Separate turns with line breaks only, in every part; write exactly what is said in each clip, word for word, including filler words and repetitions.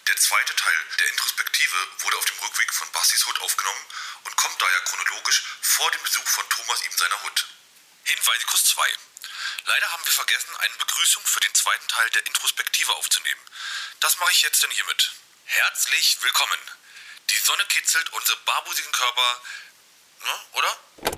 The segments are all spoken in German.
Der zweite Teil der Introspektive wurde auf dem Rückweg von Bastis Hut aufgenommen und kommt daher chronologisch vor dem Besuch von Thomas ihm seiner Hut. Hinweisikus zwei. Leider haben wir vergessen, eine Begrüßung für den zweiten Teil der Introspektive aufzunehmen. Das mache ich jetzt dann hiermit. Herzlich willkommen. Die Sonne kitzelt unsere barbusigen Körper, ne, oder?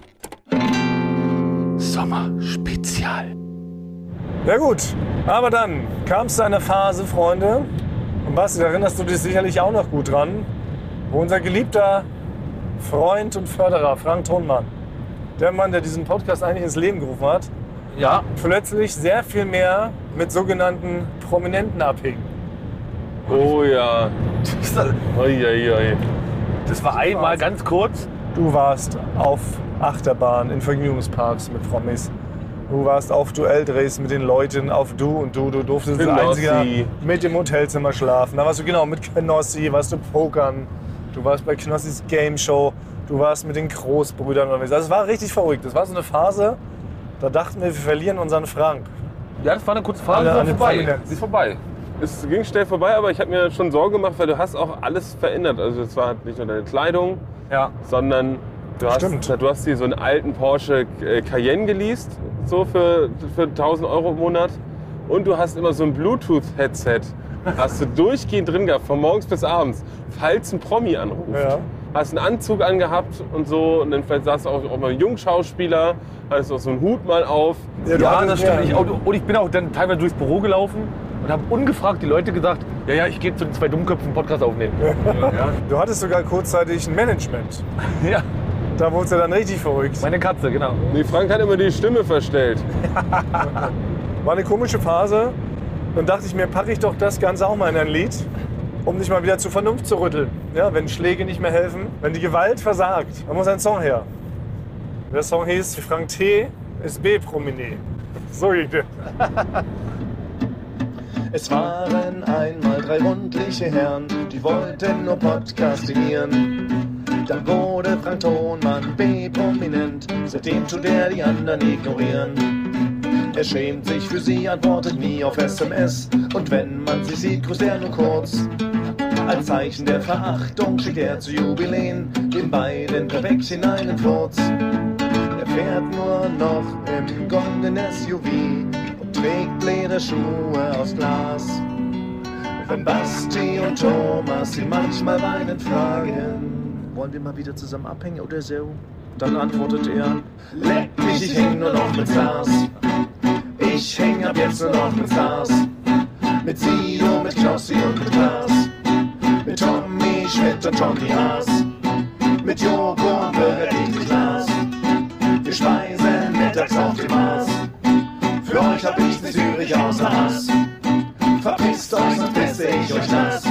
Sommerspezial.
Ja gut, aber dann kam es zu einer Phase, Freunde, und Basti, da erinnerst du dich sicherlich auch noch gut dran, wo unser geliebter Freund und Förderer Frank Thonmann, der Mann, der diesen Podcast eigentlich ins Leben gerufen hat,
Ja.
plötzlich sehr viel mehr mit sogenannten Prominenten abhing.
Oh ja. Oi, oi, oi.
Das war einmal ganz kurz.
Du warst auf Achterbahn in Vergnügungsparks mit Promis. Du warst auf Duelldrehs mit den Leuten, auf Du und Du. Du durftest als
Knossi.
Einziger mit im Hotelzimmer schlafen. Da warst du genau mit Knossi, warst du pokern. Du warst bei Knossis Game Show. Du warst mit den Großbrüdern unterwegs. Also es war richtig verrückt. Das war so eine Phase, da dachten wir, wir verlieren unseren Frank.
Ja, das war eine kurze Phase.
Alle an
Die ist
den
vorbei.
Prominenten.
Sie ist vorbei.
Es ging schnell vorbei, aber ich habe mir schon Sorgen gemacht, weil du hast auch alles verändert. Also es war halt nicht nur deine Kleidung,
Ja.
sondern du hast,
Stimmt.
du hast dir so einen alten Porsche äh, Cayenne geleast, so für, für tausend Euro im Monat. Und du hast immer so ein Bluetooth-Headset, hast du durchgehend drin gehabt, von morgens bis abends, falls ein Promi anruft.
Ja.
Hast einen Anzug angehabt und so, und dann vielleicht saß du auch, auch mal ein Jungschauspieler, hattest auch so einen Hut mal auf.
Ja, du
Ja,
hattest-
das stimmt.
ja.
Ich, auch- und ich bin auch dann teilweise durchs Büro gelaufen und habe ungefragt die Leute gesagt, ja, ja, ich gehe zu den zwei Dummköpfen einen Podcast aufnehmen. Ja.
Du hattttest sogar kurzzeitig ein Management.
Ja,
Da wurde es ja dann richtig verrückt.
meine Katze, genau.
Nee, Frank hat immer die Stimme verstellt.
War eine komische Phase. Dann dachte ich mir, packe ich doch das Ganze auch mal in ein Lied, um dich mal wieder zur Vernunft zu rütteln. Ja, wenn Schläge nicht mehr helfen, wenn die Gewalt versagt, dann muss ein Song her. Der Song hieß Frank T. ist B-Prominé. So ging der.
Es waren einmal drei rundliche Herren, die wollten nur podcastinieren. Dann wurde Frank Thonmann B-prominent, seitdem tut er die anderen ignorieren. Er schämt sich für sie, antwortet nie auf S M S, und wenn man sich sieht, grüßt er nur kurz. Als Zeichen der Verachtung schickt er zu Jubiläen den beiden per Päckchen einen Furz. Er fährt nur noch im goldenen S U V und trägt Lederschuhe aus Glas. Wenn Basti und Thomas ihn manchmal weinend fragen, wollen wir mal wieder zusammen abhängen oder so? Dann antwortet er, leck mich, ich häng nur noch mit Stars. Ich häng ab jetzt nur noch mit Stars. Mit Sido, mit Knossi und mit Klaas. Mit Tommy Schmidt und Tommy Haas. Mit Joko und berechtigtes Glas. Wir speisen mittags auf dem Mars. Für euch hab ich mit Zürich außer Hass. Verpisst euch, sonst pisse ich euch nass.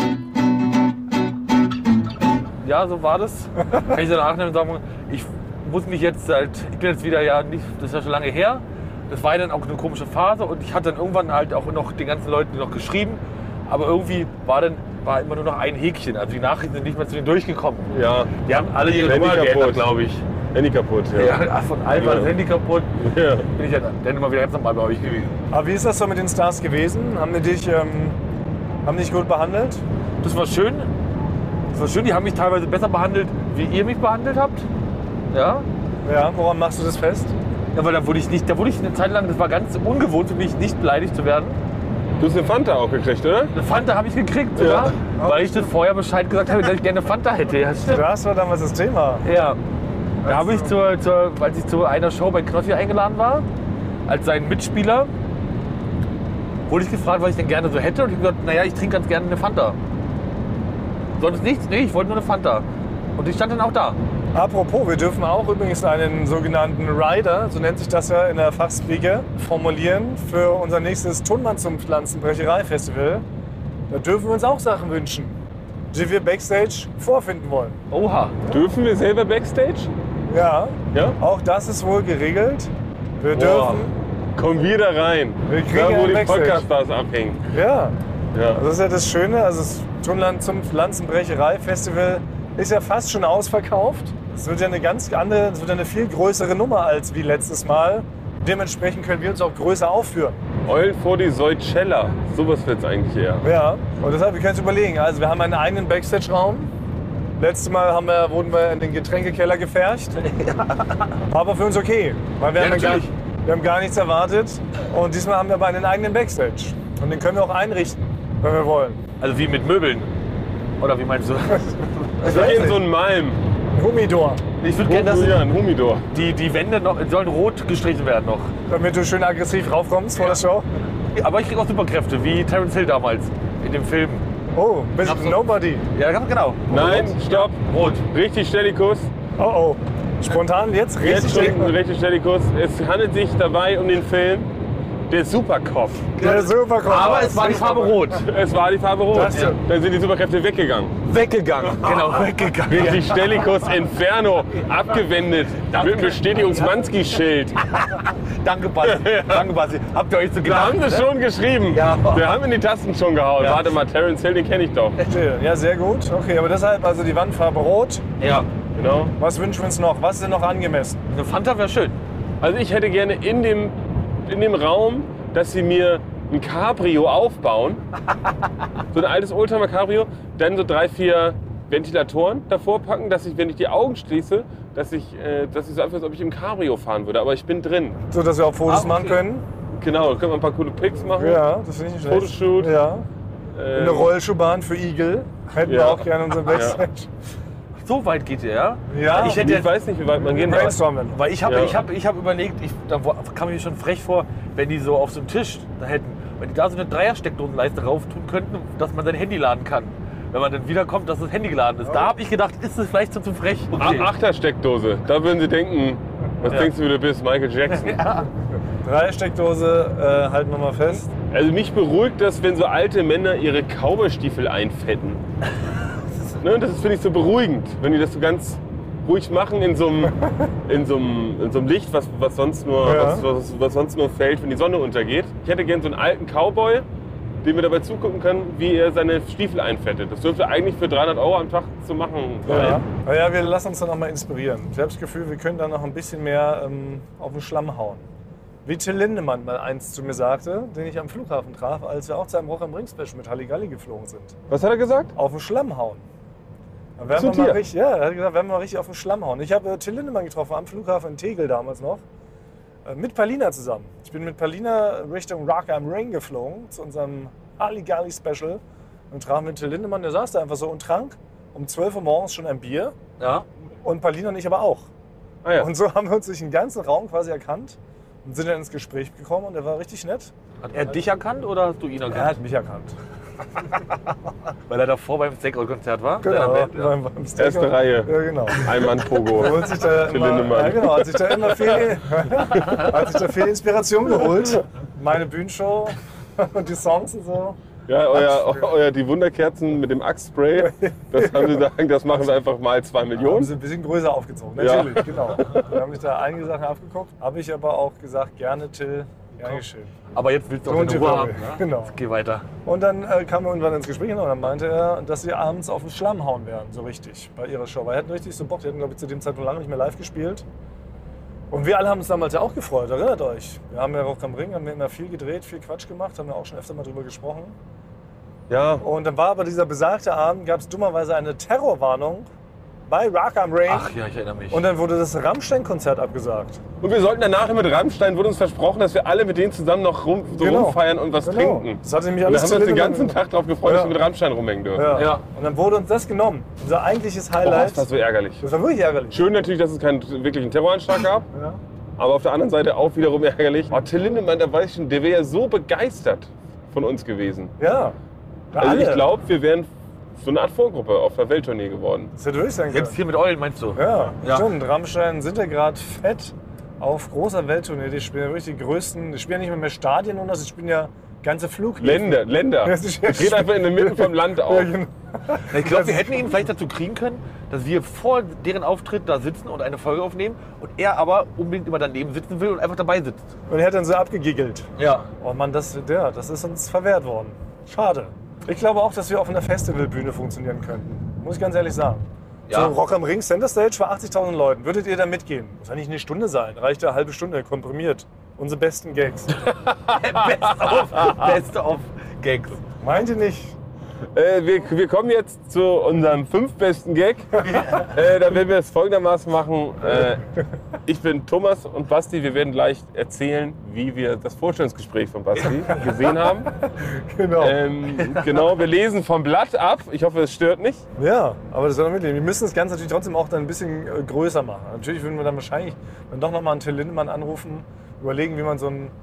Ja, so war das. Kann ich so nachnehmen und sagen, ich muss mich jetzt halt, ich bin jetzt wieder, ja, nicht, das ist ja schon lange her. Das war ja dann auch eine komische Phase und ich hatte dann irgendwann halt auch noch den ganzen Leuten noch geschrieben. Aber irgendwie war dann war immer nur noch ein Häkchen. Also die Nachrichten sind nicht mehr zu denen durchgekommen.
Ja,
Die haben alle ihre
Handy
Nummer geändert,
kaputt.
glaube ich.
Handy kaputt, ja.
Ja, von allem war das
Ja.
Handy kaputt.
Ja.
Bin ich ja dann immer wieder ganz normal bei euch gewesen.
Aber wie ist das so mit den Stars gewesen? Haben die dich, ähm, haben die dich gut behandelt?
Das war schön. Das war schön. Die haben mich teilweise besser behandelt, wie ihr mich behandelt habt. Ja.
Ja, woran machst du das fest?
Ja, weil da wurde ich nicht, da wurde ich eine Zeit lang, das war ganz ungewohnt für mich, nicht beleidigt zu werden.
Du hast eine Fanta auch gekriegt, oder?
Eine Fanta habe ich gekriegt sogar, weil ich das vorher Bescheid gesagt habe, dass ich gerne eine Fanta hätte. Ja, stimmt.
Das war damals das Thema.
Ja. Da habe ich, zur, zur, als ich zu einer Show bei Knossi eingeladen war, als sein Mitspieler, wurde ich gefragt, was ich denn gerne so hätte. Und ich habe gesagt, naja, ich trinke ganz gerne eine Fanta. Sonst nichts? Nee, ich wollte nur eine Fanta. Und die stand dann auch da.
Apropos, wir dürfen auch übrigens einen sogenannten Rider, so nennt sich das ja in der Fachspeaker, formulieren für unser nächstes Thonmann zum Pflanzenbrecherei-Festival. Da dürfen wir uns auch Sachen wünschen, die wir Backstage vorfinden wollen.
Oha.
Dürfen wir selber Backstage?
Ja,
Ja?
auch das ist wohl geregelt. Wir
Boah.
dürfen,
Kommen wir da rein.
Wir kriegen
Da, wo
einen
die
Backstage.
Podcast-Stars abhängen.
ja,
Ja.
das ist ja das Schöne, also das Thonmann zum Pflanzenbrecherei-Festival ist ja fast schon ausverkauft. Es wird ja eine ganz andere, es wird ja eine viel größere Nummer als wie letztes Mal. Dementsprechend können wir uns auch größer aufführen.
Eulen vor die Seychella. Sowas wird's eigentlich eher.
Ja, und deshalb, wir können uns überlegen. Also wir haben einen eigenen Backstage-Raum. Letztes Mal haben wir, wurden wir in den Getränkekeller gefercht. War aber für uns okay, weil wir,
Ja,
haben ja gar,
natürlich.
wir haben gar nichts erwartet. Und diesmal haben wir aber einen eigenen Backstage. Und den können wir auch einrichten, wenn wir wollen.
Also wie mit Möbeln. Oder wie meinst du?
Ich
Wir
weiß
gehen
nicht.
so ein Malm.
Humidor,
Ich würde gerne, dass
Ja, ein Humidor.
die, die Wände noch, sollen rot gestrichen werden noch.
damit du schön aggressiv raufkommst vor der Show.
Aber ich kriege auch Superkräfte, wie Terence Hill damals in dem Film.
Oh, bist
Absolut.
Nobody.
Ja, ganz genau.
Nein, stopp.
Rot.
Richtig Stellikus.
Oh oh. Spontan jetzt richtig
Jetzt schon
denken.
richtig Stellikus. Es handelt sich dabei um den Film Der Superkopf.
Der Superkopf.
Aber es war die Farbe rot.
Es war die Farbe rot.
Das stimmt.
Dann sind die Superkräfte weggegangen.
Weggegangen. Genau, weggegangen.
Richtig Stellikus Inferno. Abgewendet. Mit einem Bestätigungs-Manski-Schild.
Danke, Basti. Danke, Basti. Habt ihr euch so
Da
gedacht?
haben sie schon geschrieben.
Ja.
Wir haben in die Tasten schon gehauen.
Ja.
Warte mal, Terence Hill, den kenne ich doch.
Ja, sehr gut. Okay, aber deshalb also die Wandfarbe rot.
Ja.
Genau.
Was wünschen wir uns noch? Was ist denn noch angemessen?
Eine Fanta wäre schön.
Also ich hätte gerne in dem, in dem Raum, dass sie mir ein Cabrio aufbauen. So ein altes Oldtimer Cabrio. Dann so drei, vier Ventilatoren davor packen, dass ich, wenn ich die Augen schließe, dass ich, äh, dass ich so einfach, als ob ich im Cabrio fahren würde. Aber ich bin drin.
So, dass wir auch Fotos
Ah, okay.
machen können.
Genau, da können wir ein paar coole Pics machen.
Ja, das finde ich nicht schlecht.
Fotoshoot.
Ja.
Ähm,
Eine Rollschuhbahn für Igel. Hätten wir
Ja.
auch gerne unseren Backstage.
So weit geht ihr, ja?
Ja.
Ich hätte
Ich weiß nicht, wie weit man gehen darf.
Brainstormen.
Weil ich habe
Ja.
ich hab, ich hab überlegt, ich, da wo- kam mir schon frech vor, wenn die so auf so einem Tisch da hätten, wenn die da so eine Dreier-Steckdosenleiste rauf tun könnten, dass man sein Handy laden kann. Wenn man dann wiederkommt, dass das Handy geladen ist. Da habe ich gedacht, ist das vielleicht so zu frech? Okay.
A- Achtersteckdose. Da würden sie denken, was
Ja.
denkst du, wie du bist, Michael Jackson.
Drei Steckdose, äh, halten wir mal fest.
Also mich beruhigt das, wenn so alte Männer ihre Cowboystiefel einfetten. Ne, das ist, finde ich, so beruhigend, wenn die das so ganz ruhig machen in so einem, in so einem, in so einem Licht, was, was, sonst nur,
Ja.
was, was, was sonst nur fällt, wenn die Sonne untergeht. Ich hätte gern so einen alten Cowboy, dem wir dabei zugucken können, wie er seine Stiefel einfettet. Das dürfte eigentlich für dreihundert Euro am Tag zu machen sein.
Ja. Naja, wir lassen uns da noch mal inspirieren. Ich habe das Gefühl, wir können da noch ein bisschen mehr ähm, auf den Schlamm hauen. Wie Till Lindemann mal einst zu mir sagte, den ich am Flughafen traf, als wir auch zu einem Rock am Ring Special mit Halligalli geflogen sind.
Was hat er gesagt?
Auf den Schlamm hauen. Da werden
Zu
wir mal
dir?
richtig, ja, er hat gesagt, werden wir mal richtig auf den Schlamm hauen. Ich habe äh, Till Lindemann getroffen am Flughafen in Tegel damals noch. Äh, mit Palina zusammen. Ich bin mit Palina Richtung Rock am Ring geflogen zu unserem Halligalli Special und traf mit Till Lindemann. Der saß da einfach so und trank um zwölf Uhr morgens schon ein Bier.
Ja.
Und Palina und ich aber auch.
Ah, ja.
Und so haben wir uns durch den ganzen Raum quasi erkannt und sind dann ins Gespräch gekommen und er war richtig nett.
Hat er dich erkannt oder hast du ihn
Er
erkannt?
hat mich erkannt.
Weil er davor beim Steakhouse-Konzert war?
Genau,
Seiner Band, ja.
beim, beim Steak-
Erste Reihe.
Ja, genau.
Ein Mann Pogo.
Holt sich da
Till
immer,
Lindemann.
ja, genau, hat sich da immer viel, hat sich da viel Inspiration geholt. Meine Bühnenshow und die Songs und so.
Ja, euer, euer, die Wunderkerzen mit dem Axe-Spray, das haben sie sagen, das machen wir einfach mal zwei
Haben
Millionen.
sie ein bisschen größer aufgezogen,
Ja.
natürlich, genau. Wir haben sich da einige Sachen abgeguckt. Habe ich aber auch gesagt, gerne Till, gern geschehen.
Aber jetzt willst du auch
Lohnt
eine
sich,
Ruhe
glaube
haben.
ich.
Ne?
Genau.
Geh weiter.
Und dann äh, kamen wir irgendwann ins Gespräch und dann meinte er, dass sie abends auf den Schlamm hauen werden, so richtig, bei ihrer Show. Weil er hatten richtig so Bock, die hatten, glaube ich, zu dem Zeitpunkt lange nicht mehr live gespielt. Und wir alle haben uns damals ja auch gefreut, erinnert euch. Wir haben ja Rock am Ring, haben wir immer viel gedreht, viel Quatsch gemacht, haben wir auch schon öfter mal drüber gesprochen.
Ja,
Und dann war aber dieser besagte Abend, gab es dummerweise eine Terrorwarnung bei Rock am Ring.
Ach ja, ich erinnere mich.
Und dann wurde das Rammstein-Konzert abgesagt.
und wir sollten danach mit Rammstein, wurde uns versprochen, dass wir alle mit denen zusammen noch rum, so
Genau.
rumfeiern und was
Genau.
trinken.
Das hatte nämlich
Und da
alles
haben wir uns den
zu
ganzen
Lindemann-
Tag darauf gefreut,
Ja.
dass wir mit Rammstein rumhängen dürfen.
Ja.
Ja.
Und dann wurde uns das genommen. Unser eigentliches
Oh,
Highlight.
das war so ärgerlich.
das war wirklich ärgerlich.
Schön natürlich, dass es keinen wirklichen Terroranschlag gab,
Ja.
aber auf der anderen Seite auch wiederum ärgerlich. Oh, Till Lindemann, da weiß ich schon, der wäre ja so begeistert von uns gewesen.
Ja. Ja,
Also ich
alle.
glaube, wir wären so eine Art Vorgruppe auf der Welttournee geworden.
Das hätte wirklich sein können.
Jetzt hier mit Eulen, meinst du?
Ja,
Ja.
stimmt. Rammstein sind ja gerade fett auf großer Welttournee. Die spielen ja wirklich die größten. Die spielen ja nicht mehr, mehr Stadien und das, die spielen ja ganze Flughäfen.
Länder, Länder.
Ja, sicher.
Wir gehen einfach in der Mitte vom Land auf.
Ja, genau.
Ich glaube, wir hätten ihn vielleicht dazu kriegen können, dass wir vor deren Auftritt da sitzen und eine Folge aufnehmen und er aber unbedingt immer daneben sitzen will und einfach dabei sitzt.
Und er hat dann so abgegiggelt.
Ja.
Oh Mann, das, ja, das ist uns verwehrt worden. Schade. Ich glaube auch, dass wir auf einer Festivalbühne funktionieren könnten. Muss ich ganz ehrlich sagen.
Ja.
So Rock am Ring Center Stage für achtzigtausend Leuten. Würdet ihr da mitgehen? Muss ja nicht eine Stunde sein. Reicht ja eine halbe Stunde komprimiert. unsere besten Gags.
Best of, Best of Gags.
Meint ihr nicht?
Äh, wir, wir kommen jetzt zu unserem fünf besten Gag. äh, da werden wir es folgendermaßen machen. Äh, ich bin Thomas und Basti. Wir werden gleich erzählen, wie wir das Vorstellungsgespräch von Basti gesehen haben.
Genau.
Ähm, genau, wir lesen vom Blatt ab. Ich hoffe, es stört nicht.
Ja, aber das soll doch mitleben. Wir müssen das Ganze natürlich trotzdem auch dann ein bisschen äh, größer machen. Natürlich würden wir dann wahrscheinlich dann doch nochmal einen Till Lindemann anrufen, überlegen, wie man so einen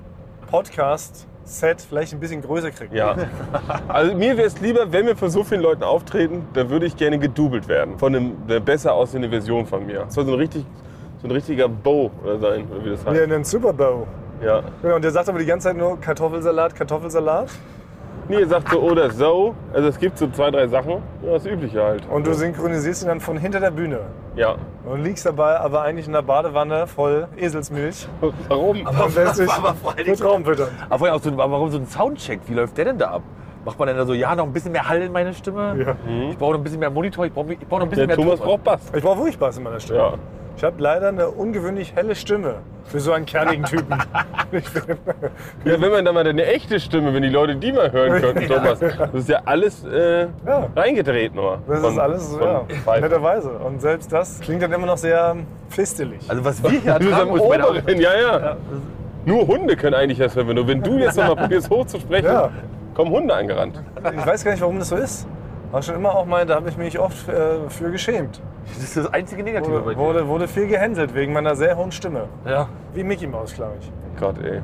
Podcast-Set vielleicht ein bisschen größer kriegt.
Ja. Also mir wäre es lieber, wenn wir vor so vielen Leuten auftreten, dann würde ich gerne gedoubelt werden. Von einem, einer besser aussehenden Version von mir. Das soll so ein, richtig, so ein richtiger Bo oder sein, oder wie das heißt.
Ja, einen Super Bowl.
Ja.
Ja, und der sagt aber die ganze Zeit nur Kartoffelsalat, Kartoffelsalat.
Nee, ihr sagt so oder so. Also es gibt so zwei, drei Sachen. Ja, das Übliche halt.
Und du synchronisierst ihn dann von hinter der Bühne.
Ja.
Und liegst dabei aber eigentlich in der Badewanne voll Eselsmilch.
Warum?
Und lässt dich
aber vor allen
mit Traum füttern.
Aber vorher auch so, aber warum so ein Soundcheck? Wie läuft der denn da ab? Macht man denn da so, ja, noch ein bisschen mehr Hall in meine Stimme?
Ja.
Ich brauche noch ein bisschen mehr Monitor, ich brauche ich brauch noch ein bisschen
Der
mehr
Thomas
Ton.
braucht Bass.
Ich brauche wirklich Bass in meiner Stimme.
Ja.
Ich habe leider eine ungewöhnlich helle Stimme für so einen kernigen Typen. Ich bin,
Ja, wenn man da mal deine echte Stimme, wenn die Leute die mal hören könnten, Thomas. Das ist ja alles äh,
Ja.
reingedreht nur.
das
Von-
ist alles,
von
ja,
Pfeifen.
netterweise. Und selbst das klingt dann immer noch sehr fistelig.
Also was wir hier
Du bist am
ertragen muss bei der
Oberen, ja, ja. Nur Hunde können eigentlich das hören. Nur wenn du jetzt noch mal probierst hochzusprechen,
Ja.
kommen Hunde angerannt.
Ich weiß gar nicht, warum das so ist. War schon immer auch mal, da habe ich mich oft äh, für geschämt.
Das ist das einzige Negative bei
Wurde,
dir.
wurde, wurde viel gehänselt wegen meiner sehr hohen Stimme.
Ja.
Wie Mickey Mouse, glaube ich.
Gott, ey.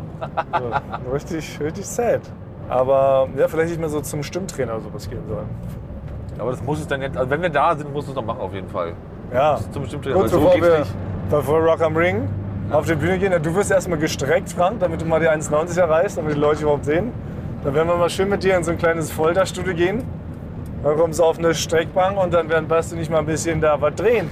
So, richtig, richtig sad. Aber ja, vielleicht nicht mehr so zum Stimmtrainer oder sowas gehen sollen.
Aber das muss es dann jetzt, also wenn wir da sind, muss es noch machen auf jeden Fall.
Ja,
Zum bestimmten
kurz
so
bevor
geht's
wir
nicht.
bevor Rock am Ring auf die Bühne gehen. Ja, du wirst erstmal gestreckt, Frank, damit du mal die eins neunzig erreichst, damit die Leute überhaupt sehen. Dann werden wir mal schön mit dir in so ein kleines Folterstudio gehen. Dann kommst du auf eine Streckbank und dann werden Basti nicht mal ein bisschen da was drehen.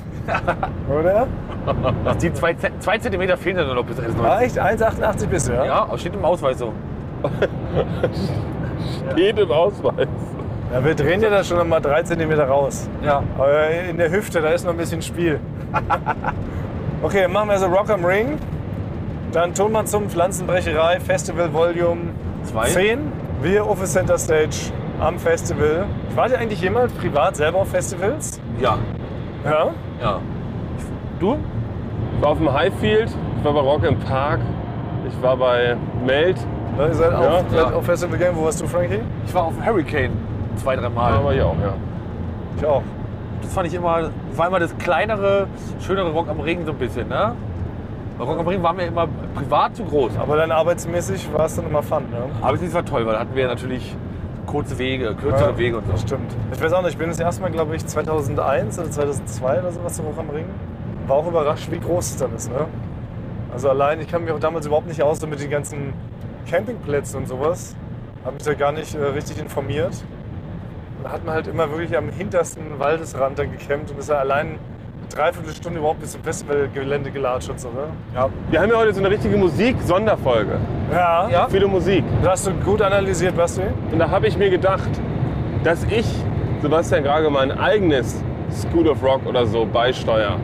Oder?
Die zwei, Ze- zwei Zentimeter fehlen ja nur noch bis eins neunzig.
Ah, echt? eins achtundachtzig bist du, ja?
Ja, aber steht im Ausweis so.
Steht im Ausweis.
Ja, wir drehen ja da schon noch mal drei Zentimeter raus.
Ja.
Aber in der Hüfte, da ist noch ein bisschen Spiel. Okay, dann machen wir so Rock am Ring. Dann tun wir zum Pflanzenbrecherei Festival Volume
Zwei.
zehn. Wir auf der Center Stage am Festival. Wart ihr eigentlich jemals privat selber auf Festivals?
Ja.
Ja.
Ja. Du?
Ich war auf dem Highfield, ich war bei Rock im Park, ich war bei Meld,
Ihr seid auch
Ja,
seid
ja.
auf Festival gegangen. Wo warst du, Frankie?
Ich war auf Hurricane zwei, drei Mal.
aber hier auch, ja.
Ich auch.
Das fand ich immer, das war immer das kleinere, schönere Rock am Ring so ein bisschen, ne? Bei Rock am Ring waren wir immer privat zu groß.
Aber dann arbeitsmäßig war es dann immer Fun, ne?
Aber es war toll, weil da hatten wir natürlich kurze Wege, kürzere
Ja,
Wege und so.
Stimmt. Ich weiß auch nicht, ich bin das erste Mal, glaube ich, zweitausendeins oder zweitausendzwei oder sowas zum Rock am Ring. War auch überrascht, wie groß es dann ist, ne? Also allein, ich kann mich auch damals überhaupt nicht aus so mit den ganzen Campingplätzen und sowas. Habe mich da gar nicht äh, richtig informiert. Da hat man halt immer wirklich am hintersten Waldesrand dann gecampt und ist ja allein eine Dreiviertelstunde überhaupt bis zum Festivalgelände gelatscht und so, ne?
Ja.
Wir haben ja heute so eine richtige Musik-Sonderfolge.
Ja.
Ja.
Viele Musik.
Das hast du gut analysiert, Basti.
Und da habe ich mir gedacht, dass ich, Sebastian Grage, mein eigenes School of Rock oder so beisteuere.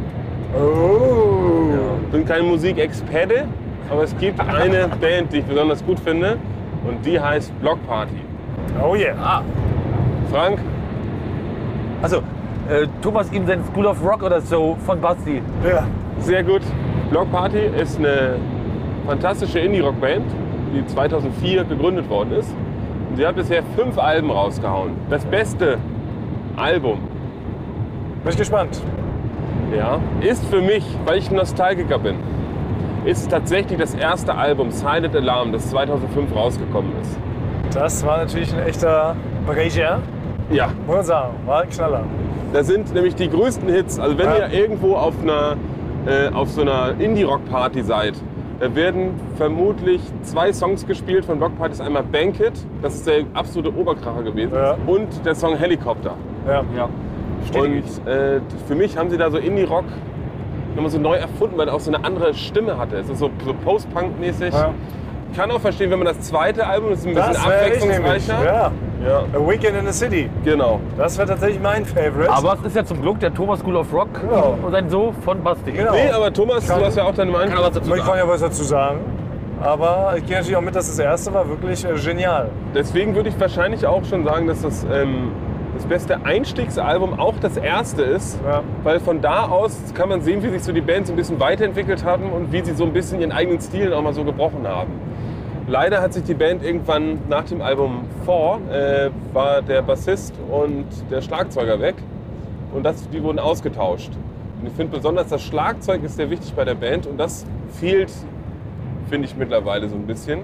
Oh.
Ich bin kein Musikexperte, aber es gibt eine Band, die ich besonders gut finde und die heißt Block Party.
Oh yeah.
Ah,
Frank,
also äh, Thomas ihm sein School of Rock oder so von Basti.
Ja.
sehr gut. Block Party ist eine fantastische Indie-Rock-Band, die zweitausendvier gegründet worden ist. Und sie hat bisher fünf Alben rausgehauen. Das beste Album,
Bin ich gespannt.
ja, ist für mich, weil ich ein Nostalgiker bin, ist tatsächlich das erste Album Silent Alarm, das zweitausendfünf rausgekommen ist.
Das war natürlich ein echter Brecher.
Ja,
Muss man sagen, war ein Knaller.
da sind nämlich die größten Hits. Also wenn
Ja.
ihr irgendwo auf, einer, äh, auf so einer Indie-Rock-Party seid, da werden vermutlich zwei Songs gespielt von Block Party. Das ist einmal Banquet, das ist der absolute Oberkracher gewesen,
Ja.
und der Song Helicopter.
Ja.
Ja.
Und äh, für mich haben sie da so Indie-Rock nochmal so neu erfunden, weil er auch so eine andere Stimme hatte. Es ist so, so Post-Punk-mäßig.
Ja.
Ich kann auch verstehen, wenn man das zweite Album, das ist ein bisschen
Das wäre ich nämlich.
abwechslungsreicher.
Ja.
Ja,
A Weekend in the City.
genau.
Das wäre tatsächlich mein Favorite.
Aber es ist ja zum Glück der Thomas School of Rock
Genau.
und sein So von Basti.
Genau.
Nee, aber Thomas,
Kann-
du hast ja auch deine Meinung.
Kann er was dazu
ich kann
sagen?
ja was dazu sagen. Aber ich gehe natürlich auch mit, dass das erste war wirklich äh, genial.
Deswegen würde ich wahrscheinlich auch schon sagen, dass das, ähm, das beste Einstiegsalbum auch das erste ist.
Ja.
Weil von da aus kann man sehen, wie sich so die Bands ein bisschen weiterentwickelt haben und wie sie so ein bisschen ihren eigenen Stil auch mal so gebrochen haben. Leider hat sich die Band irgendwann nach dem Album Four, äh, war der Bassist und der Schlagzeuger weg und das, die wurden ausgetauscht. Und ich finde besonders das Schlagzeug ist sehr wichtig bei der Band und das fehlt, finde ich mittlerweile so ein bisschen.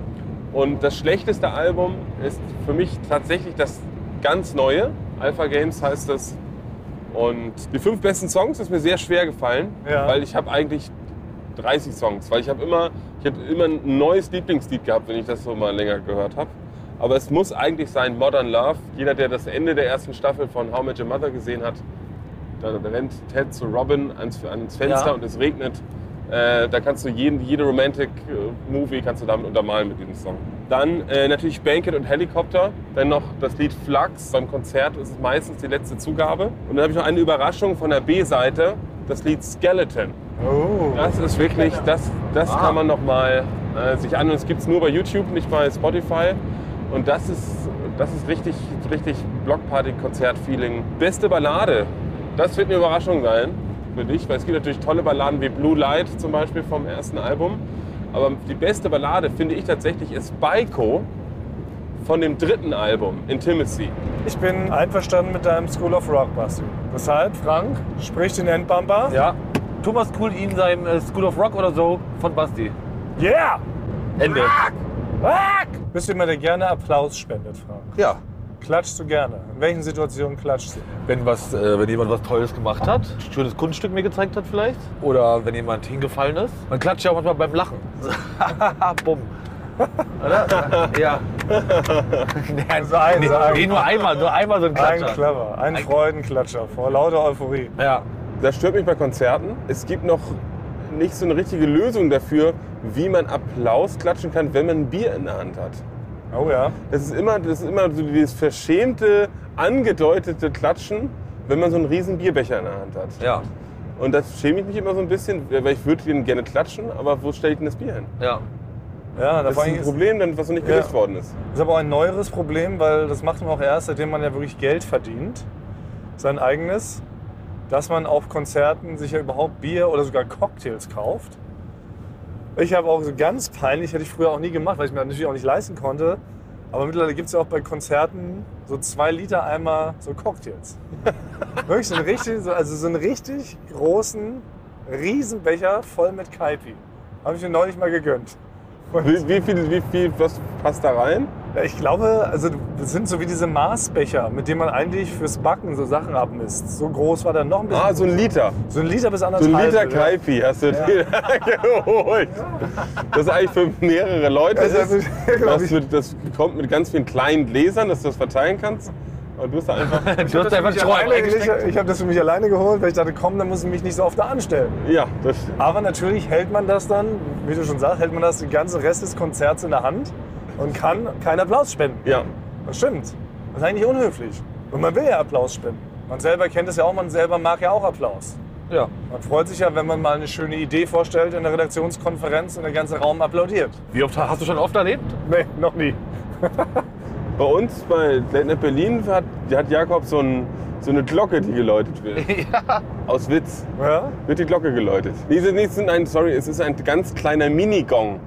Und das schlechteste Album ist für mich tatsächlich das ganz neue. Alpha Games heißt das. Und die fünf besten Songs ist mir sehr schwer gefallen,
Ja.
weil ich habe eigentlich dreißig Songs, weil ich habe immer, ich habe immer ein neues Lieblingslied gehabt, wenn ich das so mal länger gehört habe. Aber es muss eigentlich sein Modern Love. Jeder, der das Ende der ersten Staffel von How I Met Your Mother gesehen hat, da rennt Ted zu Robin ans, ans Fenster
Ja.
und es regnet. Äh, da kannst du jeden, jede Romantic-Movie kannst du damit untermalen mit diesem Song. Dann äh, natürlich Banquet und Helicopter. Dann noch das Lied Flux. Beim Konzert ist es meistens die letzte Zugabe. Und dann habe ich noch eine Überraschung von der B-Seite. Das Lied Skeleton.
Oh.
Das ist wirklich, das, das
Ah.
kann man noch mal äh, sich anhören. Es gibt es nur bei YouTube, nicht bei Spotify. Und das ist, das ist richtig, richtig Blockparty-Konzert-Feeling. Beste Ballade. Das wird eine Überraschung sein für dich, weil es gibt natürlich tolle Balladen wie Blue Light zum Beispiel vom ersten Album. Aber die beste Ballade, finde ich tatsächlich, ist Baiko von dem dritten Album, Intimacy.
Ich bin einverstanden mit deinem School of Rock, Basti. Deshalb, Frank, sprich den Endbumper.
Ja. Thomas Kuhl, ihn sein äh, School of Rock oder so von Basti.
Yeah!
Ende.
Rock! Bist du jemand, der gerne Applaus spendet, Frank?
Ja.
Klatschst du gerne? In welchen Situationen klatschst du?
Wenn, was, äh, wenn jemand was Tolles gemacht hat, ein schönes Kunststück mir gezeigt hat vielleicht. Oder wenn jemand hingefallen ist. Man klatscht ja auch manchmal beim Lachen. Bumm. Oder? Ja. nee,
Also ein,
nee,
so ein-
nee, nur einmal, nur einmal so ein
Ein
Klatscher.
Clever, ein Freudenklatscher vor lauter Euphorie.
Ja.
Das stört mich bei Konzerten. Es gibt noch nicht so eine richtige Lösung dafür, wie man Applaus klatschen kann, wenn man ein Bier in der Hand hat.
Oh ja.
Das ist immer, das ist immer so dieses verschämte, angedeutete Klatschen, wenn man so einen riesen Bierbecher in der Hand hat.
Ja.
Und das schäme ich mich immer so ein bisschen, weil ich würde den gerne klatschen, aber wo stelle ich denn das Bier hin?
Ja.
Ja, da
Das
vor
ist
allem
ein
ist,
Problem, dann, was noch nicht
Ja.
gelöst worden ist.
ist aber auch ein neueres Problem, weil das macht man auch erst, seitdem man ja wirklich Geld verdient. Sein eigenes. Dass man auf Konzerten sich ja überhaupt Bier oder sogar Cocktails kauft. Ich habe auch so ganz peinlich, hätte ich früher auch nie gemacht, weil ich mir das natürlich auch nicht leisten konnte. Aber mittlerweile gibt es ja auch bei Konzerten so zwei Liter Eimer so Cocktails. Wirklich so einen richtig, so- also so einen richtig großen Riesenbecher voll mit Kaipi. Habe ich mir neulich mal gegönnt. Und
Wie, wie, viel, wie viel, was passt da rein?
ja, ich glaube, also das sind so wie diese Maßbecher, mit denen man eigentlich fürs Backen so Sachen abmisst. So groß war der noch ein bisschen.
Ah, so ein Liter.
So ein Liter bis
So
anderthalb.
ein Liter
ja.
Kaipi hast du dir geholt. Das ist eigentlich für mehrere Leute.
Also,
ist.
glaub
Das,
ich-
mit, das kommt mit ganz vielen kleinen Gläsern, dass du das verteilen kannst. Aber du hast da einfach.
Du hast
Das für
einfach
mich
Stroh
alleine, ich
eingesteckt.
ich habe das für mich alleine geholt, weil ich dachte, komm, dann muss ich mich nicht so oft da anstellen.
Ja, das,
Aber natürlich hält man das dann, wie du schon sagst, hält man das den ganzen Rest des Konzerts in der Hand und kann keinen Applaus spenden.
ja.
Das stimmt. Das ist eigentlich unhöflich. Und man will ja Applaus spenden. Man selber kennt es ja auch, man selber mag ja auch Applaus.
Ja.
Man freut sich ja, wenn man mal eine schöne Idee vorstellt in der Redaktionskonferenz und der ganze Raum applaudiert.
Wie oft hast du schon oft erlebt?
Nee, noch nie.
Bei uns bei Late Night Berlin hat, hat Jakob so, ein, so eine Glocke, die geläutet wird.
Ja.
Aus Witz
Ja?
wird die Glocke geläutet. Nee, es ist nicht ein, sorry, es ist ein ganz kleiner Minigong.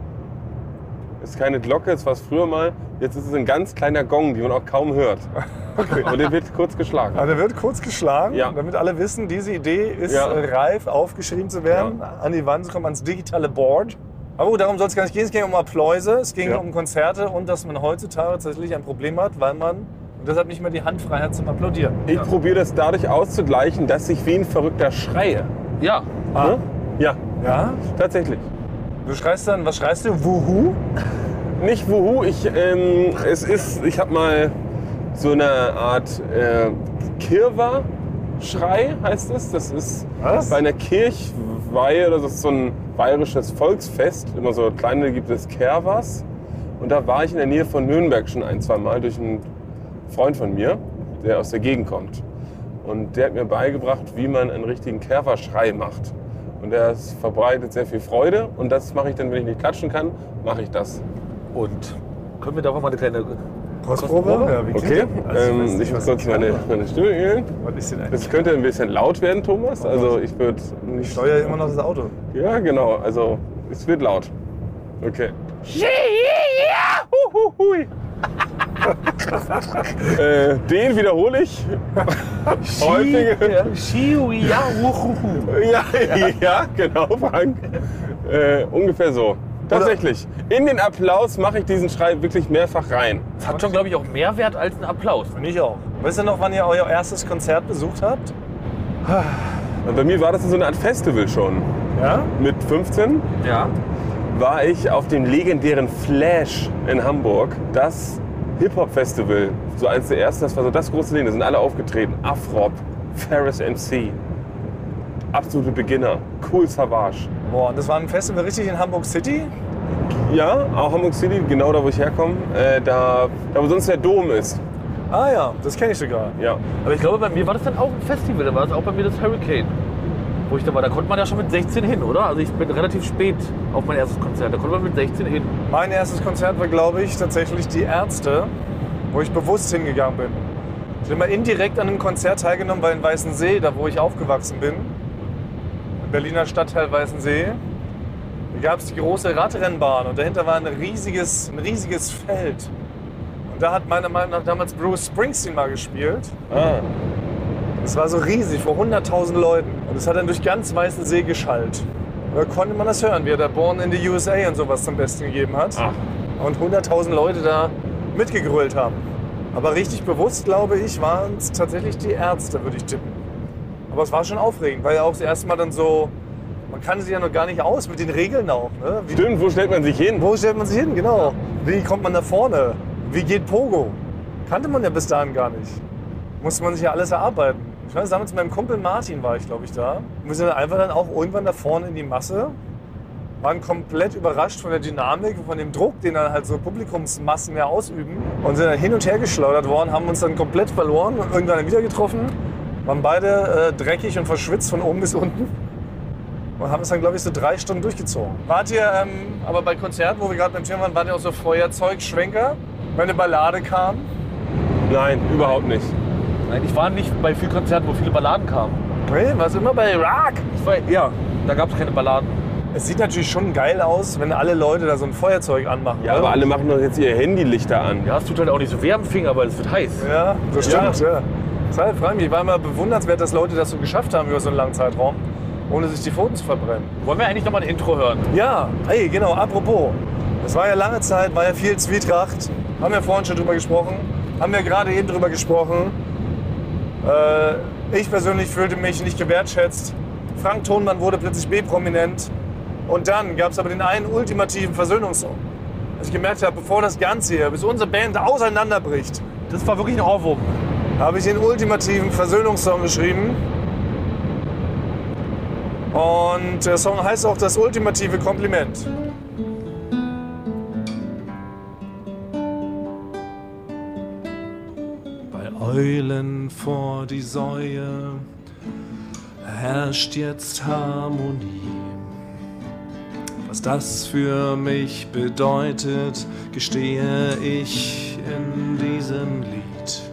Es ist keine Glocke, es war es früher mal. Jetzt ist es ein ganz kleiner Gong, den man auch kaum hört. Okay. Und der wird kurz geschlagen.
Aber der wird kurz geschlagen,
Ja.
damit alle wissen, diese Idee ist
Ja.
äh, reif, aufgeschrieben zu werden, an die Wand zu kommen, ans digitale Board. Aber gut, darum soll es gar nicht gehen. Es ging um Appläuse, es ging
Ja.
um Konzerte und dass man heutzutage tatsächlich ein Problem hat, weil man und deshalb nicht mehr die Handfreiheit hat zum Applaudieren.
Ich probiere das dadurch auszugleichen, dass ich wie ein Verrückter schreie.
Ja.
Ah.
Ne? Ja,
Ja?
tatsächlich.
Du schreist dann, was schreist du? Wuhu?
Nicht Wuhu, ich, ähm, es ist, ich habe mal so eine Art äh, Kirwa-Schrei, heißt es. Das ist
Was?
bei einer Kirchweihe, das ist so ein bayerisches Volksfest, immer so kleine gibt es Kerwas. Und da war ich in der Nähe von Nürnberg schon ein, zwei Mal durch einen Freund von mir, der aus der Gegend kommt. Und der hat mir beigebracht, wie man einen richtigen Kerwa-Schrei macht. Und der verbreitet sehr viel Freude. Und das mache ich dann, wenn ich nicht klatschen kann, mache ich das.
Und können wir da auch mal eine kleine
Kostprobe? Ja, wie
Okay,
klingt das? Also,
ähm,
weiß nicht,
ich muss
was
kurz meine, meine Stimme üben.
Was ist denn
Das
eigentlich?
könnte ein bisschen laut werden, Thomas. Also ich würde
Ich
nicht...
steuere immer noch das Auto.
Ja, genau. Also es wird laut. Okay. äh, den wiederhole ich. Häufige. Ja, ja, genau, Frank. Äh, ungefähr so. Tatsächlich. In den Applaus mache ich diesen Schrei wirklich mehrfach rein.
Das hat schon, glaube ich, auch mehr Wert als ein Applaus.
Und ich auch. Wisst ihr noch, wann ihr euer erstes Konzert besucht habt?
Und bei mir war das so eine Art Festival schon.
Ja?
Mit fünfzehn
Ja.
war ich auf dem legendären Flash in Hamburg. Das Hip-Hop-Festival. So eins der ersten, das war so das große Ding. Da sind alle aufgetreten. Afrop, Ferris M C. Absolute Beginner. Cool Savage.
Boah, und das war ein Festival richtig in Hamburg City?
Ja, auch Hamburg City, genau da, wo ich herkomme. Äh, da, da, wo sonst der Dom ist.
Ah ja, das kenne ich sogar.
Ja.
Aber ich glaube, bei mir war das dann auch ein Festival. Da war das auch bei mir das Hurricane. Wo ich da war. Da konnte man ja schon mit sechzehn hin, oder? Also ich bin relativ spät auf mein erstes Konzert. Da konnte man mit sechzehn hin.
Mein erstes Konzert war, glaube ich, tatsächlich die Ärzte, wo ich bewusst hingegangen bin. Ich habe mal indirekt an einem Konzert teilgenommen bei in Weißensee, da wo ich aufgewachsen bin. Im Berliner Stadtteil Weißensee. Da gab es die große Radrennbahn und dahinter war ein riesiges, ein riesiges Feld. Und da hat meiner Meinung nach damals Bruce Springsteen mal gespielt.
Ah.
Es war so riesig, vor hunderttausend Leuten. Und es hat dann durch ganz Weißensee geschallt. Und da konnte man das hören, wie er da Born in the U S A und sowas zum Besten gegeben hat.
Ach.
Und hunderttausend Leute da mitgegrölt haben. Aber richtig bewusst, glaube ich, waren es tatsächlich die Ärzte, würde ich tippen. Aber es war schon aufregend, weil ja auch das erste Mal dann so, man kannte sich ja noch gar nicht aus mit den Regeln auch. Ne? Wie,
Stimmt, wo stellt man sich hin?
Wo stellt man sich hin, genau. Wie kommt man da vorne? Wie geht Pogo? Kannte man ja bis dahin gar nicht. Musste man sich ja alles erarbeiten. Ich weiß, damals mit meinem Kumpel Martin war ich, glaube ich, da. Wir sind dann einfach dann auch irgendwann da vorne in die Masse. Waren komplett überrascht von der Dynamik, von dem Druck, den dann halt so Publikumsmassen ja ausüben. Und sind dann hin und her geschleudert worden, haben uns dann komplett verloren und irgendwann dann wieder getroffen. Waren beide äh, dreckig und verschwitzt von oben bis unten. Und haben es dann, glaube ich, so drei Stunden durchgezogen. Wart ihr ähm, aber bei Konzerten, wo wir gerade beim Thema waren, wart ihr auch so Feuerzeugschwenker, wenn eine Ballade kam?
Nein, überhaupt nicht.
Nein, ich war nicht bei vielen Konzerten, wo viele Balladen kamen.
Nee, warst immer bei Rock?
Ich war, ja, da gab es keine Balladen.
Es sieht natürlich schon geil aus, wenn alle Leute da so ein Feuerzeug anmachen.
Ja,
oder?
aber alle machen doch jetzt ihr Handylichter an.
Ja, es tut halt auch nicht so weh am Finger, weil es wird heiß.
Ja, das stimmt, ja. Deshalb frage ich mich, war immer bewundernswert, dass Leute das so geschafft haben über so einen langen Zeitraum, ohne sich die Pfoten zu verbrennen.
Wollen wir eigentlich noch mal ein Intro hören?
Ja, ey, genau, apropos. Es war ja lange Zeit, war ja viel Zwietracht. Haben wir vorhin schon drüber gesprochen. Haben wir gerade eben drüber gesprochen. Äh, ich persönlich fühlte mich nicht gewertschätzt. Frank Thonmann wurde plötzlich B-prominent. Und dann gab es aber den einen ultimativen Versöhnungssong. Als ich gemerkt habe, bevor das Ganze hier, bis unsere Band auseinanderbricht,
Das war wirklich ein Ohrwurm.
habe ich den ultimativen Versöhnungssong geschrieben. Und der Song heißt auch das ultimative Kompliment. Bei Eulen vor die Säue herrscht jetzt Harmonie. Was das für mich bedeutet, gestehe ich in diesem Lied.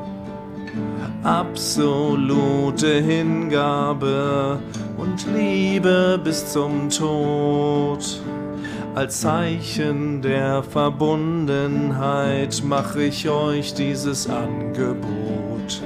Absolute Hingabe und Liebe bis zum Tod. Als Zeichen der Verbundenheit mache ich euch dieses Angebot.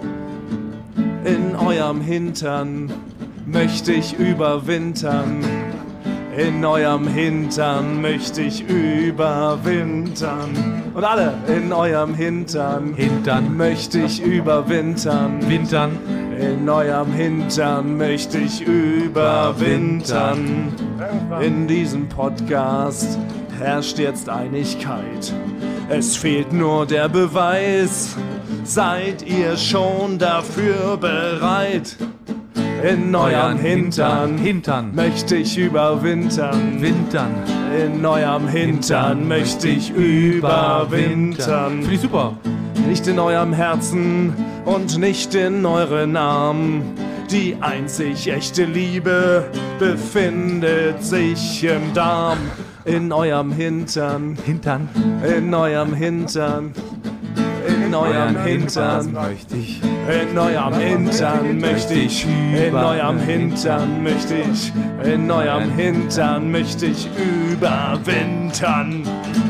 In eurem Hintern möchte ich überwintern. In eurem Hintern möchte ich überwintern. Und alle, in eurem Hintern,
Hintern.
möchte ich überwintern.
Wintern.
In eurem Hintern möchte ich überwintern. In diesem Podcast herrscht jetzt Einigkeit. Es fehlt nur der Beweis. Seid ihr schon dafür bereit? In eurem Hintern,
Hintern.
möchte ich überwintern.
Wintern.
In eurem Hintern möchte ich überwintern.
Finde ich super.
Nicht in eurem Herzen und nicht in euren Armen. Die einzig echte Liebe befindet sich im Darm, in eurem Hintern,
Hintern.
in eurem Hintern, in eurem Hintern.
Möchte ich.
In eurem Hintern möchte ich, in eurem Hintern möchte ich, in eurem Hintern möchte ich überwintern.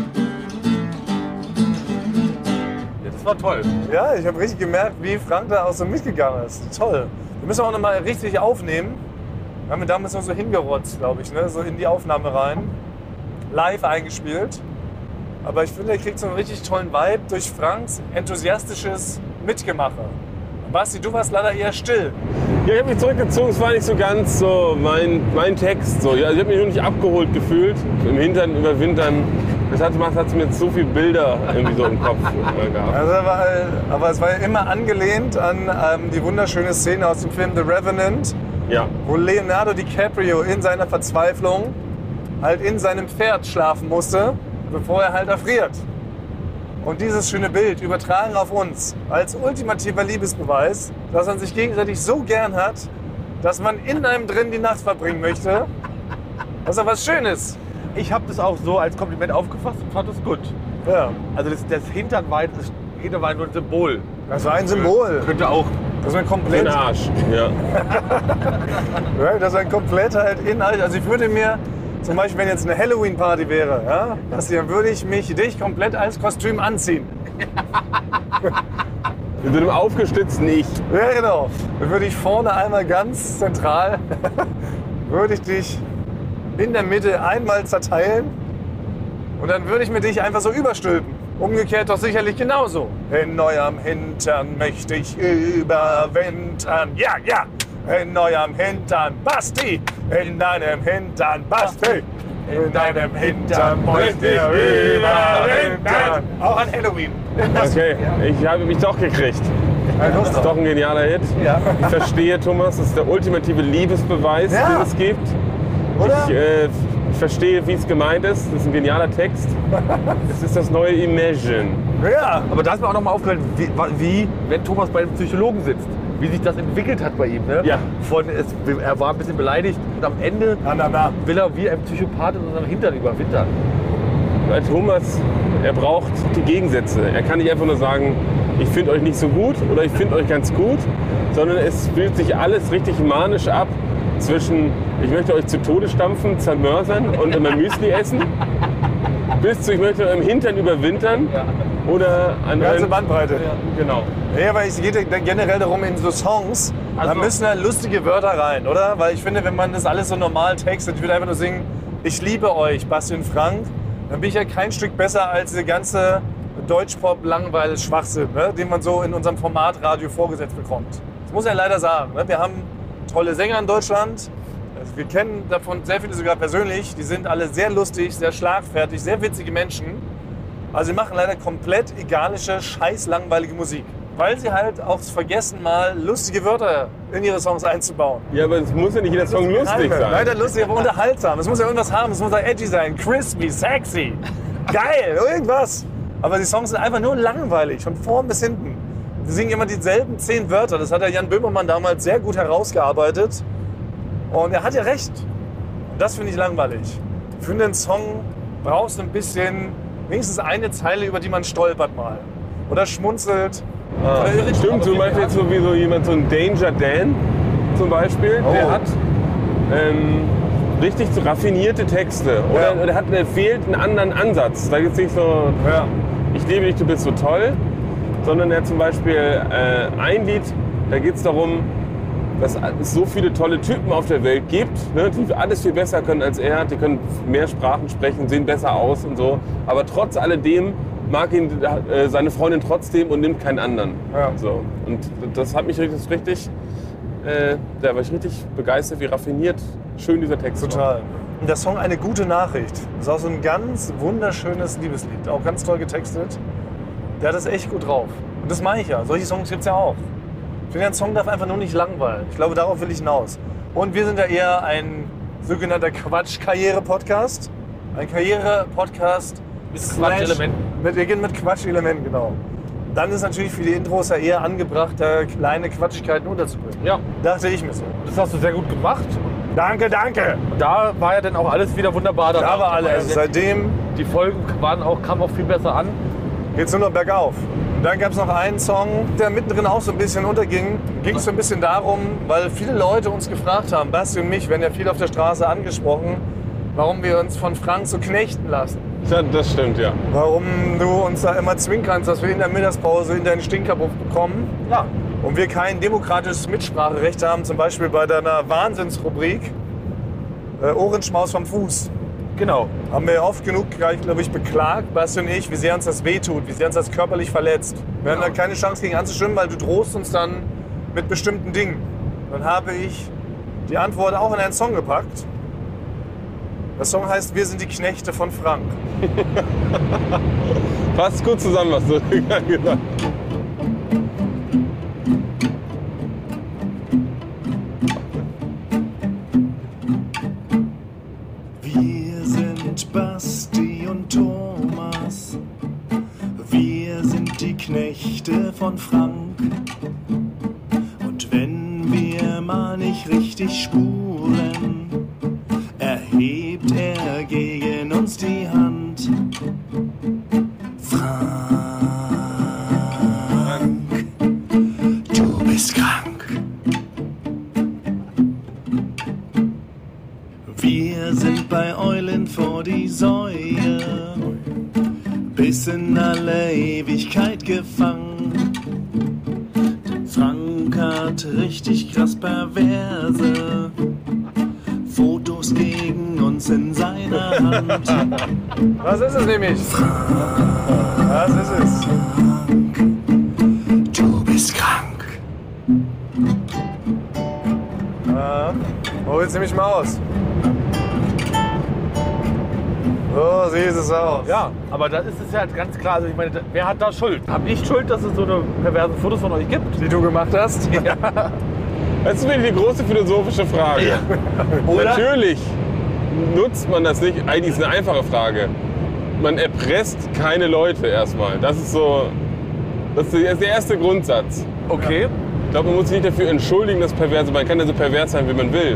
Ja, das war toll.
Ja, ich habe richtig gemerkt, wie Frank da auch so mitgegangen ist. Toll. Wir müssen auch noch mal richtig aufnehmen. Wir haben ihn damals noch so hingerotzt, glaube ich, ne? So in die Aufnahme rein. Live eingespielt. Aber ich finde, er kriegt so einen richtig tollen Vibe durch Franks enthusiastisches Mitgemache. Basti, du warst leider eher still.
Ja, ich habe mich zurückgezogen, es war nicht so ganz so mein, mein Text. So. Ja, ich habe mich nur nicht abgeholt gefühlt, im Hintern überwintern. Das hat es mir jetzt so viele Bilder irgendwie so im Kopf gehabt.
Also, aber, aber es war ja immer angelehnt an ähm, die wunderschöne Szene aus dem Film The Revenant,
Ja.
wo Leonardo DiCaprio in seiner Verzweiflung halt in seinem Pferd schlafen musste, bevor er halt erfriert. Und dieses schöne Bild übertragen auf uns als ultimativer Liebesbeweis, dass man sich gegenseitig so gern hat, dass man in einem drin die Nacht verbringen möchte. Das ist doch was Schönes.
Ich habe das auch so als Kompliment aufgefasst und fand es gut.
Ja,
Also das, das Hintern war, das Hintern war nur ein Symbol.
das war ein Symbol.
Könnte auch.
Das war ein
Für
komplett,
den Arsch. Ja.
ja, das war ein komplett halt Inhalt. Also ich würde mir zum Beispiel, wenn jetzt eine Halloween-Party wäre, ja, das hier, würde ich mich dich komplett als Kostüm anziehen.
Mit so einem aufgestützten Ich.
Ja, genau. Dann würde ich vorne einmal ganz zentral, würde ich dich in der Mitte einmal zerteilen und dann würde ich mir dich einfach so überstülpen. Umgekehrt doch sicherlich genauso. In eurem Hintern möchte ich überwintern. Ja, ja. In eurem Hintern, Basti. In deinem Hintern, Basti. In deinem Hintern möchte ich überwintern. Auch an Halloween.
Okay, ich habe mich doch gekriegt. Das ist doch ein genialer Hit.
Ja.
Ich verstehe, Thomas, das ist der ultimative Liebesbeweis,
Ja.
den es gibt.
Oder?
Ich, äh, ich verstehe, wie es gemeint ist. Das ist ein genialer Text. Es ist das neue Imagine.
Ja.
Aber da ist mir auch noch mal aufgefallen, wie, wie, wenn Thomas bei einem Psychologen sitzt, wie sich das entwickelt hat bei ihm. Ne?
Ja.
Von, es, er war ein bisschen beleidigt und am Ende
Na, na, na.
will er wie ein Psychopath in unserem Hintern überwintern.
Weil Thomas, er braucht die Gegensätze. Er kann nicht einfach nur sagen, ich finde euch nicht so gut oder ich finde euch ganz gut, sondern es spielt sich alles richtig manisch ab zwischen, ich möchte euch zu Tode stampfen, zermörsern und immer Müsli essen, bis zu, ich möchte im Hintern überwintern oder an
Ganze
euren-
Bandbreite.
Genau.
Ja, aber es geht ja generell darum, in so Songs, da
Also-
müssen ja lustige Wörter rein, oder? Weil ich finde, wenn man das alles so normal textet, ich würde einfach nur singen, ich liebe euch, Basti und Frank, dann bin ich ja kein Stück besser als diese ganze Deutschpop-Langweil-Schwachsinn, ne? Den man so in unserem Format Radio vorgesetzt bekommt. Das muss ich ja leider sagen. Ne? Wir haben tolle Sänger in Deutschland. Also wir kennen davon sehr viele sogar persönlich. Die sind alle sehr lustig, sehr schlagfertig, sehr witzige Menschen. Also sie machen leider komplett egalische, scheiß langweilige Musik. Weil sie halt auch vergessen, mal lustige Wörter in ihre Songs einzubauen.
Ja, aber es muss ja nicht jeder Song lustig sein.
Leider lustig, aber unterhaltsam. Es muss ja irgendwas haben. Es muss ja edgy sein, crispy, sexy, geil, irgendwas. Aber die Songs sind einfach nur langweilig, von vorn bis hinten. Sie singen immer dieselben zehn Wörter. Das hat der Jan Böhmermann damals sehr gut herausgearbeitet. Und er hat ja recht. Und das finde ich langweilig. Ich finde, einen Song brauchst du ein bisschen, wenigstens eine Zeile, über die man stolpert mal. Oder schmunzelt.
Ah,
Oder irritiert.
stimmt, zum Beispiel jetzt so wie so jemand, so ein Danger Dan zum Beispiel,
Oh.
der hat ähm, richtig so raffinierte Texte. Oder
Ja.
der, hat, der fehlt einen anderen Ansatz. Da gibt es nicht so,
Ja.
ich liebe dich, du bist so toll, sondern er hat zum Beispiel äh, ein Lied, da geht es darum, dass es so viele tolle Typen auf der Welt gibt, ne, die alles viel besser können als er, die können mehr Sprachen sprechen, sehen besser aus und so. Aber trotz alledem mag ihn äh, seine Freundin trotzdem und nimmt keinen anderen.
Ja.
So. Und das hat mich richtig, richtig äh, da war ich richtig begeistert, wie raffiniert schön dieser Text war.
Total. Und der Song Eine gute Nachricht ist auch so ein ganz wunderschönes Liebeslied. Auch ganz toll getextet. Der hat das echt gut drauf. Und das meine ich ja. Solche Songs gibt es ja auch. Ich finde, ein Song darf einfach nur nicht langweilen. Ich glaube, darauf will ich hinaus. Und wir sind ja eher ein sogenannter Quatsch-Karriere-Podcast. Ein Karriere-Podcast
Mit Quatschelementen.
Mit, mit Quatschelementen, genau. dann ist natürlich für die Intros ja eher angebracht, da kleine Quatschigkeiten unterzubringen.
Ja,
Dachte ich mir so.
das hast du sehr gut gemacht.
Danke, danke.
Und da war ja dann auch alles wieder wunderbar.
Da
danach.
war alles.
Also
Seitdem
die Folgen waren auch, kamen auch viel besser an.
geht's nur noch bergauf. Und dann gab es noch einen Song, der mittendrin auch so ein bisschen unterging. Ging es so ein bisschen darum, weil viele Leute uns gefragt haben, Basti und mich, werden ja viel auf der Straße angesprochen, warum wir uns von Frank so knechten lassen.
Ja, das stimmt, ja.
Warum du uns da immer zwingen kannst, dass wir in der Mittagspause in deinen Stinkerbuff bekommen.
Ja.
Und wir kein demokratisches Mitspracherecht haben, zum Beispiel bei deiner Wahnsinnsrubrik äh, Ohrenschmaus vom Fuß.
Genau.
Haben wir oft genug, glaube ich, beklagt, Basti und ich, wie sehr uns das wehtut, wie sehr uns das körperlich verletzt. Wir haben da keine Chance gegen anzustimmen, weil du drohst uns dann mit bestimmten Dingen. Dann habe ich die Antwort auch in einen Song gepackt. Der Song heißt Wir sind die Knechte von Frank.
Passt gut zusammen, was du gesagt hast.
Wir sind Basti und Thomas. Wir sind die Knechte von Frank. Und wenn wir mal nicht richtig spuren, erhebt er gegen uns die Hand. Frank, du bist krank. Wir sind bei Eulen vor die Säue, bis in alle Ewigkeit gefangen. Denn Frank hat richtig krass perverse Fotos gegen uns in seiner Hand.
Was ist es nämlich? Was ist es?
Du bist krank.
Ja, wo willst du mich mal aus? So sieht es aus.
Ja, aber da ist es ja halt ganz klar. Also ich meine, wer hat da Schuld? Hab ich Schuld, dass es so eine perversen Fotos von euch gibt?
Die du gemacht hast?
Ja.
Das ist wieder die große philosophische Frage.
Oder?
Natürlich nutzt man das nicht. Eigentlich ist es eine einfache Frage. Man erpresst keine Leute erstmal. Das ist so, das ist der erste Grundsatz.
Okay.
Ich glaube, man muss sich nicht dafür entschuldigen, dass perverse. Man kann ja so pervers sein, wie man will.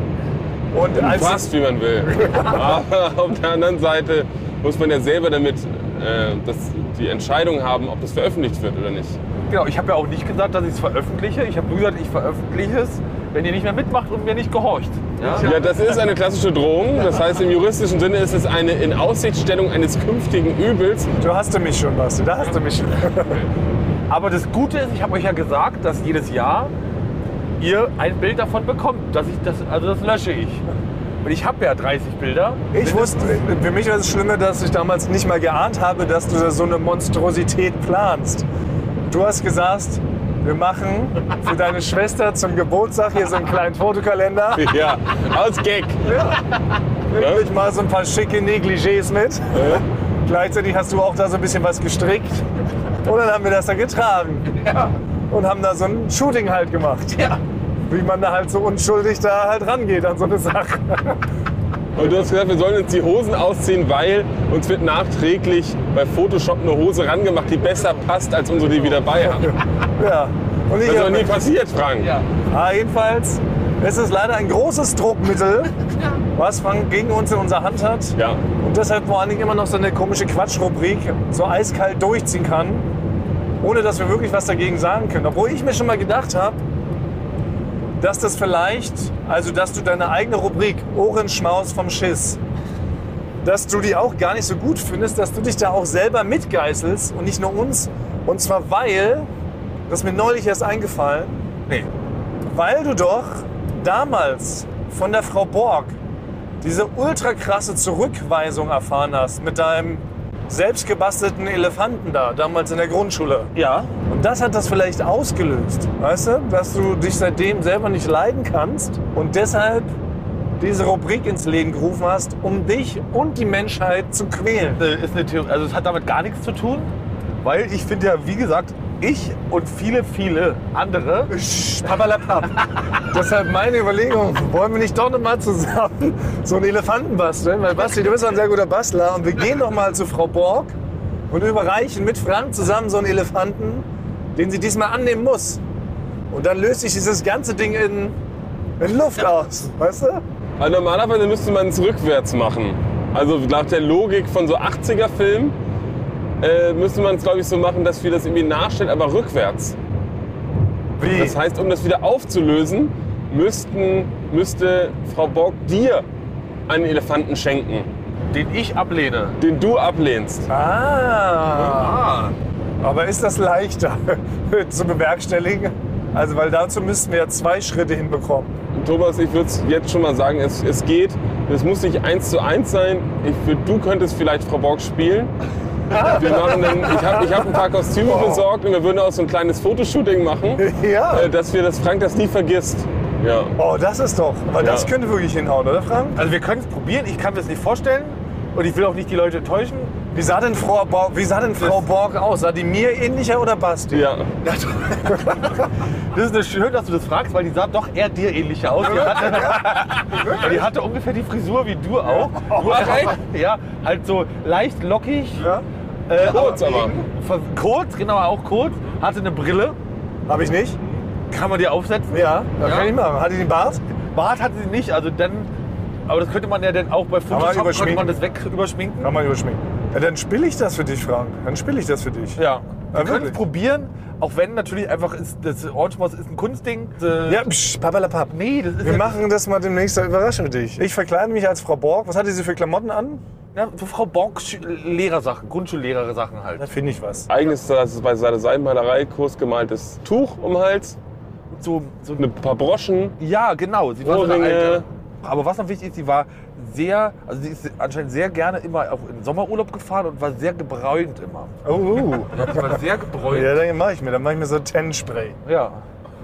Und als
Fast, wie man will. Aber auf der anderen Seite muss man ja selber damit äh, das, die Entscheidung haben, ob das veröffentlicht wird oder nicht.
Genau, ich habe ja auch nicht gesagt, dass ich es veröffentliche. Ich habe nur gesagt, ich veröffentliche es, wenn ihr nicht mehr mitmacht und mir nicht gehorcht. Ja?
Ja, das ist eine klassische Drohung. Das heißt, im juristischen Sinne ist es eine Inaussichtstellung eines künftigen Übels.
du hast du mich schon, Basti, da hast du mich schon.
Aber das Gute ist, ich habe euch ja gesagt, dass jedes Jahr ihr ein Bild davon bekommt. Dass ich das, also das lösche ich. Und ich habe ja dreißig Bilder.
Ich wusste, für mich war es schlimmer, dass ich damals nicht mal geahnt habe, dass du da so eine Monstrosität planst. Du hast gesagt, wir machen für deine Schwester zum Geburtstag hier so einen kleinen Fotokalender.
Ja, aus Gag.
Nimm ich mal so ein paar schicke Negligés mit. Gleichzeitig hast du auch da so ein bisschen was gestrickt. Und dann haben wir das da getragen.
Ja.
Und haben da so ein Shooting halt gemacht.
Ja.
Wie man da halt so unschuldig da halt rangeht an so eine Sache.
Und du hast gesagt, wir sollen uns die Hosen ausziehen, weil uns wird nachträglich bei Photoshop eine Hose rangemacht, die besser passt als unsere, die wir dabei haben.
Ja. Und ich
Das ist noch nie
hab-
passiert, Frank.
Ja.
Ah, jedenfalls ist es leider ein großes Druckmittel, was Frank gegen uns in unserer Hand hat.
Ja.
Und deshalb vor allen Dingen immer noch so eine komische Quatschrubrik so eiskalt durchziehen kann, ohne dass wir wirklich was dagegen sagen können. Obwohl ich mir schon mal gedacht habe, dass das vielleicht, also dass du deine eigene Rubrik Ohrenschmaus vom Schiss, dass du die auch gar nicht so gut findest, dass du dich da auch selber mitgeißelst und nicht nur uns. Und zwar weil, das ist mir neulich erst eingefallen,
Nee.
weil du doch damals von der Frau Borg diese ultra krasse Zurückweisung erfahren hast mit deinem selbstgebastelten Elefanten da, damals in der Grundschule.
Ja.
Und das hat das vielleicht ausgelöst, weißt du? Dass du dich seitdem selber nicht leiden kannst und deshalb diese Rubrik ins Leben gerufen hast, um dich und die Menschheit zu quälen.
Äh, Ist eine Theorie. Also es hat damit gar nichts zu tun, weil ich finde ja, wie gesagt, ich und viele, viele andere.
Papalapap. Deshalb meine Überlegung, wollen wir nicht doch noch mal zusammen so einen Elefanten basteln? Weil Basti, du bist ein sehr guter Bastler und wir gehen noch mal zu Frau Borg und überreichen mit Frank zusammen so einen Elefanten, den sie diesmal annehmen muss. Und dann löst sich dieses ganze Ding in, in Luft aus, weißt du?
Also normalerweise müsste man es rückwärts machen. Also nach der Logik von so achtziger-Filmen äh, müsste man es, glaube ich, so machen, dass wir das irgendwie nachstellen, aber rückwärts.
Wie?
Das heißt, um das wieder aufzulösen, müssten, müsste Frau Borg dir einen Elefanten schenken,
Den ich ablehne.
den du ablehnst.
Ah. Aber ist das leichter zu bewerkstelligen? Also, weil dazu müssten wir ja zwei Schritte hinbekommen.
Thomas, ich würde es jetzt schon mal sagen, es, es geht. Es muss nicht eins zu eins sein. Ich, für, du könntest vielleicht Frau Borg spielen. Wir machen dann, ich habe ich hab ein paar Kostüme
Wow.
besorgt und wir würden auch so ein kleines Fotoshooting machen,
Ja.
äh, dass wir das Frank das nie vergisst. Ja.
Oh, das ist doch. Aber das
Ja.
könnte wirklich hinhauen, oder Frank?
Also wir können es probieren, ich kann mir das nicht vorstellen und ich will auch nicht die Leute enttäuschen.
Wie sah denn Frau Borg, wie sah denn Frau Borg aus? Sah die mir ähnlicher oder Basti?
Ja.
Das ist eine schön, dass du das fragst, weil die sah doch eher dir ähnlicher aus. Die hatte, die hatte ungefähr die Frisur wie du auch. Nur halt, ja, halt so leicht lockig.
Ja.
Äh,
Kurz aber.
ver- Kurz, genau, auch kurz. Hatte eine Brille,
Hab ich nicht?
kann man dir aufsetzen.
Ja, das
Ja.
kann ich machen. Hatte die einen Bart?
Bart hatte sie nicht, also dann. Aber das könnte man ja dann auch bei
man
Photoshop könnte
überschminken.
man das weg überschminken.
Kann man überschminken. Ja, dann spiele ich das für dich, Frank. Dann spiele ich das für dich.
Ja. Wir können es
wirklich?
probieren, auch wenn natürlich einfach ist, das Orange Moss ist ein Kunstding. Äh,
Ja, psch, papalapap.
Nee, das ist
Wir
ja,
machen das mal demnächst, da überraschen wir dich. Ich verkleide mich als Frau Borg. Was hatte sie für Klamotten an?
ja, so Frau Borg Lehrersachen, Grundschullehrer-Sachen halt.
Da finde ich was.
Eigenes, das ist bei seiner Seidenmalerei-Kurs gemaltes Tuch um den Hals,
So, so
ein paar Broschen.
Ja, genau. Sie war so eine
Ohrringe.
alte. Aber was noch wichtig ist, sie war sehr, also sie ist anscheinend sehr gerne immer auch in Sommerurlaub gefahren und war sehr gebräunt immer.
Oh, uh.
Sie war sehr gebräunt.
Ja, dann mache ich mir. Dann mache ich mir so Ten-Spray.
Ja.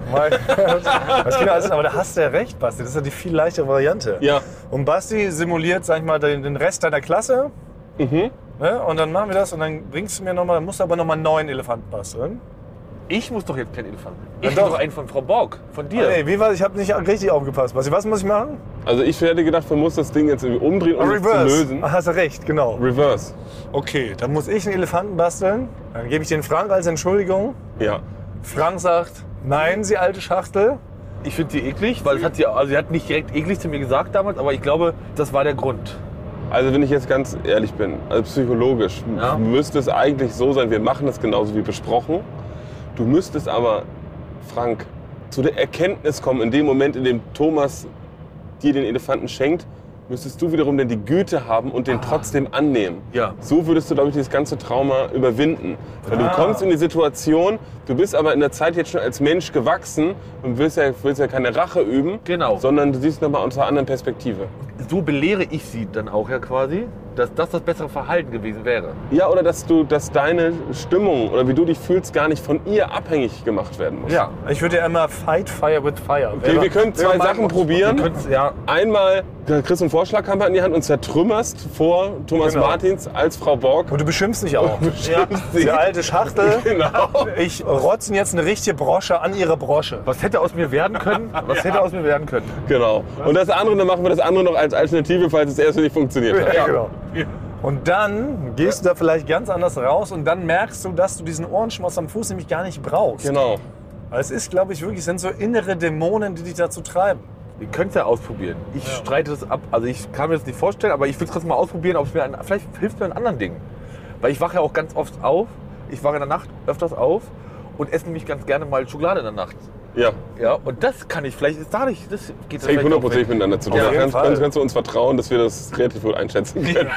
Das geht alles, aber da hast du ja recht, Basti. Das ist ja die viel leichtere Variante.
Ja.
Und Basti simuliert, sag ich mal, den, den Rest deiner Klasse.
Mhm.
Ne? Und dann machen wir das und dann bringst du mir nochmal, dann musst du aber nochmal einen neuen Elefanten basteln.
Ich muss doch jetzt keinen Elefanten.
Ja,
Ich
doch.
will doch einen von Frau Borg, von dir.
Ey, wie war, ich habe nicht richtig aufgepasst. Basti, was muss ich machen?
Also ich hätte gedacht, man muss das Ding jetzt irgendwie umdrehen, um es zu lösen.
Ah, hast du recht, genau.
Reverse.
Okay, dann muss ich einen Elefanten basteln. Dann gebe ich den Frank als Entschuldigung.
Ja.
Frank sagt, nein, sie alte Schachtel.
Ich finde sie eklig, weil es hat sie, also sie hat nicht direkt eklig zu mir gesagt damals, aber ich glaube, das war der Grund.
Also wenn ich jetzt ganz ehrlich bin, also psychologisch,
Ja.
müsste es eigentlich so sein, wir machen das genauso wie besprochen. Du müsstest aber, Frank, zu der Erkenntnis kommen, in dem Moment, in dem Thomas dir den Elefanten schenkt, müsstest du wiederum dann die Güte haben und den trotzdem annehmen.
Ja.
So würdest du, glaube ich, dieses ganze Trauma überwinden. Weil
Ah.
du kommst in die Situation, du bist aber in der Zeit jetzt schon als Mensch gewachsen und willst ja, willst ja keine Rache üben,
Genau.
sondern du siehst nochmal aus einer anderen Perspektive.
So belehre ich sie dann auch ja quasi, dass das das bessere Verhalten gewesen wäre.
Ja, oder dass du, dass deine Stimmung oder wie du dich fühlst, gar nicht von ihr abhängig gemacht werden muss.
Ja.
Ich würde ja immer Fight Fire with Fire.
Okay, wir können zwei Sachen probieren.
Ja,
Einmal kriegst du einen Vorschlaghammer in die Hand und zertrümmerst vor Thomas
Genau.
Martins als Frau Borg.
Und du beschimpfst dich auch.
ja.
Die alte Schachtel.
Genau.
Ich rotze jetzt eine richtige Brosche an ihre Brosche.
Was hätte aus mir werden können? Was hätte aus mir werden können?
Genau. Und das andere, dann machen wir das andere noch als Alternative, falls das erste nicht funktioniert hat.
Ja, genau. Und dann gehst du da vielleicht ganz anders raus und dann merkst du, dass du diesen Ohrenschmaus am Fuß nämlich gar nicht brauchst.
Genau.
Weil es ist, glaube ich, wirklich, es sind so innere Dämonen, die dich dazu treiben.
Wir können es ja ausprobieren. Ich streite das ab. Also ich kann mir das nicht vorstellen, aber ich will es trotzdem mal ausprobieren, ob es mir an, vielleicht hilft mir an anderen Dingen. Weil ich wache ja auch ganz oft auf. Ich wache in der Nacht öfters auf und esse nämlich ganz gerne mal Schokolade in der Nacht.
Ja.
Ja, und das kann ich vielleicht, ist dadurch, das geht
Das hängt hundertprozentig miteinander zu tun.
Auf
Da
jeden
kannst,
Fall.
kannst, kannst du uns vertrauen, dass wir das relativ gut einschätzen können.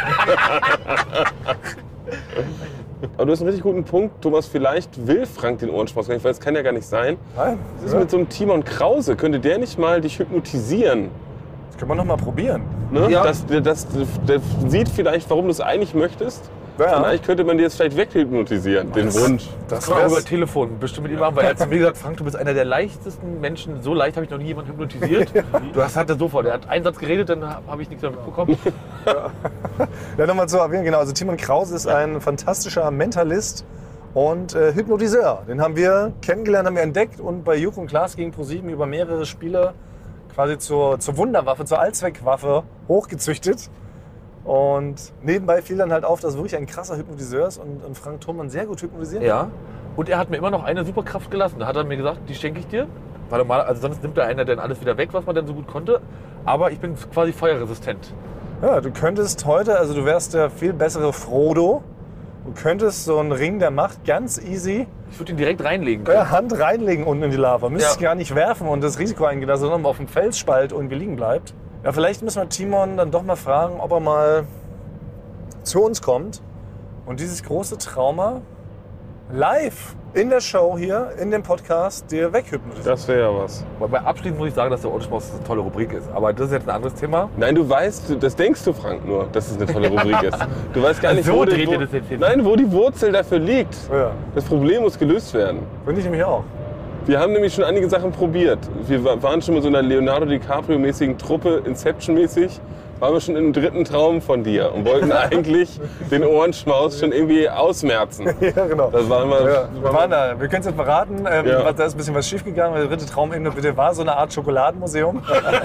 Aber du hast einen richtig guten Punkt, Thomas. Vielleicht will Frank den Ohrenschmaus gar nicht, weil es kann ja gar nicht sein.
Nein,
Was ist mit so einem Timon Krause? Könnte der nicht mal dich hypnotisieren?
das können wir noch mal probieren.
Ne?
Ja.
Das, das, das, der sieht vielleicht, warum du es eigentlich möchtest.
Ja.
Vielleicht könnte man dir jetzt vielleicht weghypnotisieren, den Wunsch.
Das
Das kann man über
wär's.
Telefon bestimmt mit ihm machen, weil er hat zu mir gesagt, Frank, du bist einer der leichtesten Menschen. So leicht habe ich noch nie jemanden hypnotisiert. Du hast halt das sofort. Er hat einen Satz geredet, dann habe ich nichts mehr mitbekommen.
Ja, nochmal zu erwähnen, genau. Also Timon Krause ist ein fantastischer Mentalist und äh, Hypnotiseur. Den haben wir kennengelernt, haben wir entdeckt und bei Joko und Klaas gegen ProSieben über mehrere Spiele quasi zur, zur Wunderwaffe, zur Allzweckwaffe hochgezüchtet. Und nebenbei fiel dann halt auf, dass wirklich ein krasser Hypnotiseur ist und, und Frank Thonmann sehr gut hypnotisiert.
Ja. Und er hat mir immer noch eine Superkraft gelassen. Da hat er mir gesagt, die schenke ich dir. Weil normal, also sonst nimmt der einer dann alles wieder weg, was man dann so gut konnte. Aber ich bin quasi feuerresistent.
Ja, du könntest heute, also du wärst der viel bessere Frodo. Du könntest so einen Ring der Macht ganz easy
Ich würde ihn direkt reinlegen können.
ja, Hand reinlegen unten in die Lava. Müsstest
Ja.
gar nicht werfen und das Risiko eingehen, dass er noch auf dem Felsspalt irgendwie liegen bleibt. Ja, vielleicht müssen wir Timon dann doch mal fragen, ob er mal zu uns kommt und dieses große Trauma live in der Show hier, in dem Podcast, dir weghypnotisiert.
Das wäre ja was.
Wobei abschließend muss ich sagen, dass der Ohrenschmaus eine tolle Rubrik ist. Aber das ist jetzt ein anderes Thema.
Nein, du weißt, das denkst du, Frank, nur, dass es eine tolle Rubrik ist. Du weißt gar nicht,
So
wo, die,
dreht
wo,
ihr das jetzt hin.
nein, wo die Wurzel dafür liegt.
Ja,
Das Problem muss gelöst werden.
finde ich nämlich auch.
Wir haben nämlich schon einige Sachen probiert. Wir wa- waren schon mit so einer Leonardo DiCaprio-mäßigen Truppe, Inception-mäßig, waren wir schon im dritten Traum von dir und wollten eigentlich den Ohrenschmaus schon irgendwie ausmerzen.
Ja, genau.
Das war immer,
Ja, wir waren da. Wir können es jetzt verraten. Ähm,
Ja.
was- Da ist ein bisschen was schiefgegangen. Der dritte Traumebene bitte war so eine Art Schokoladenmuseum.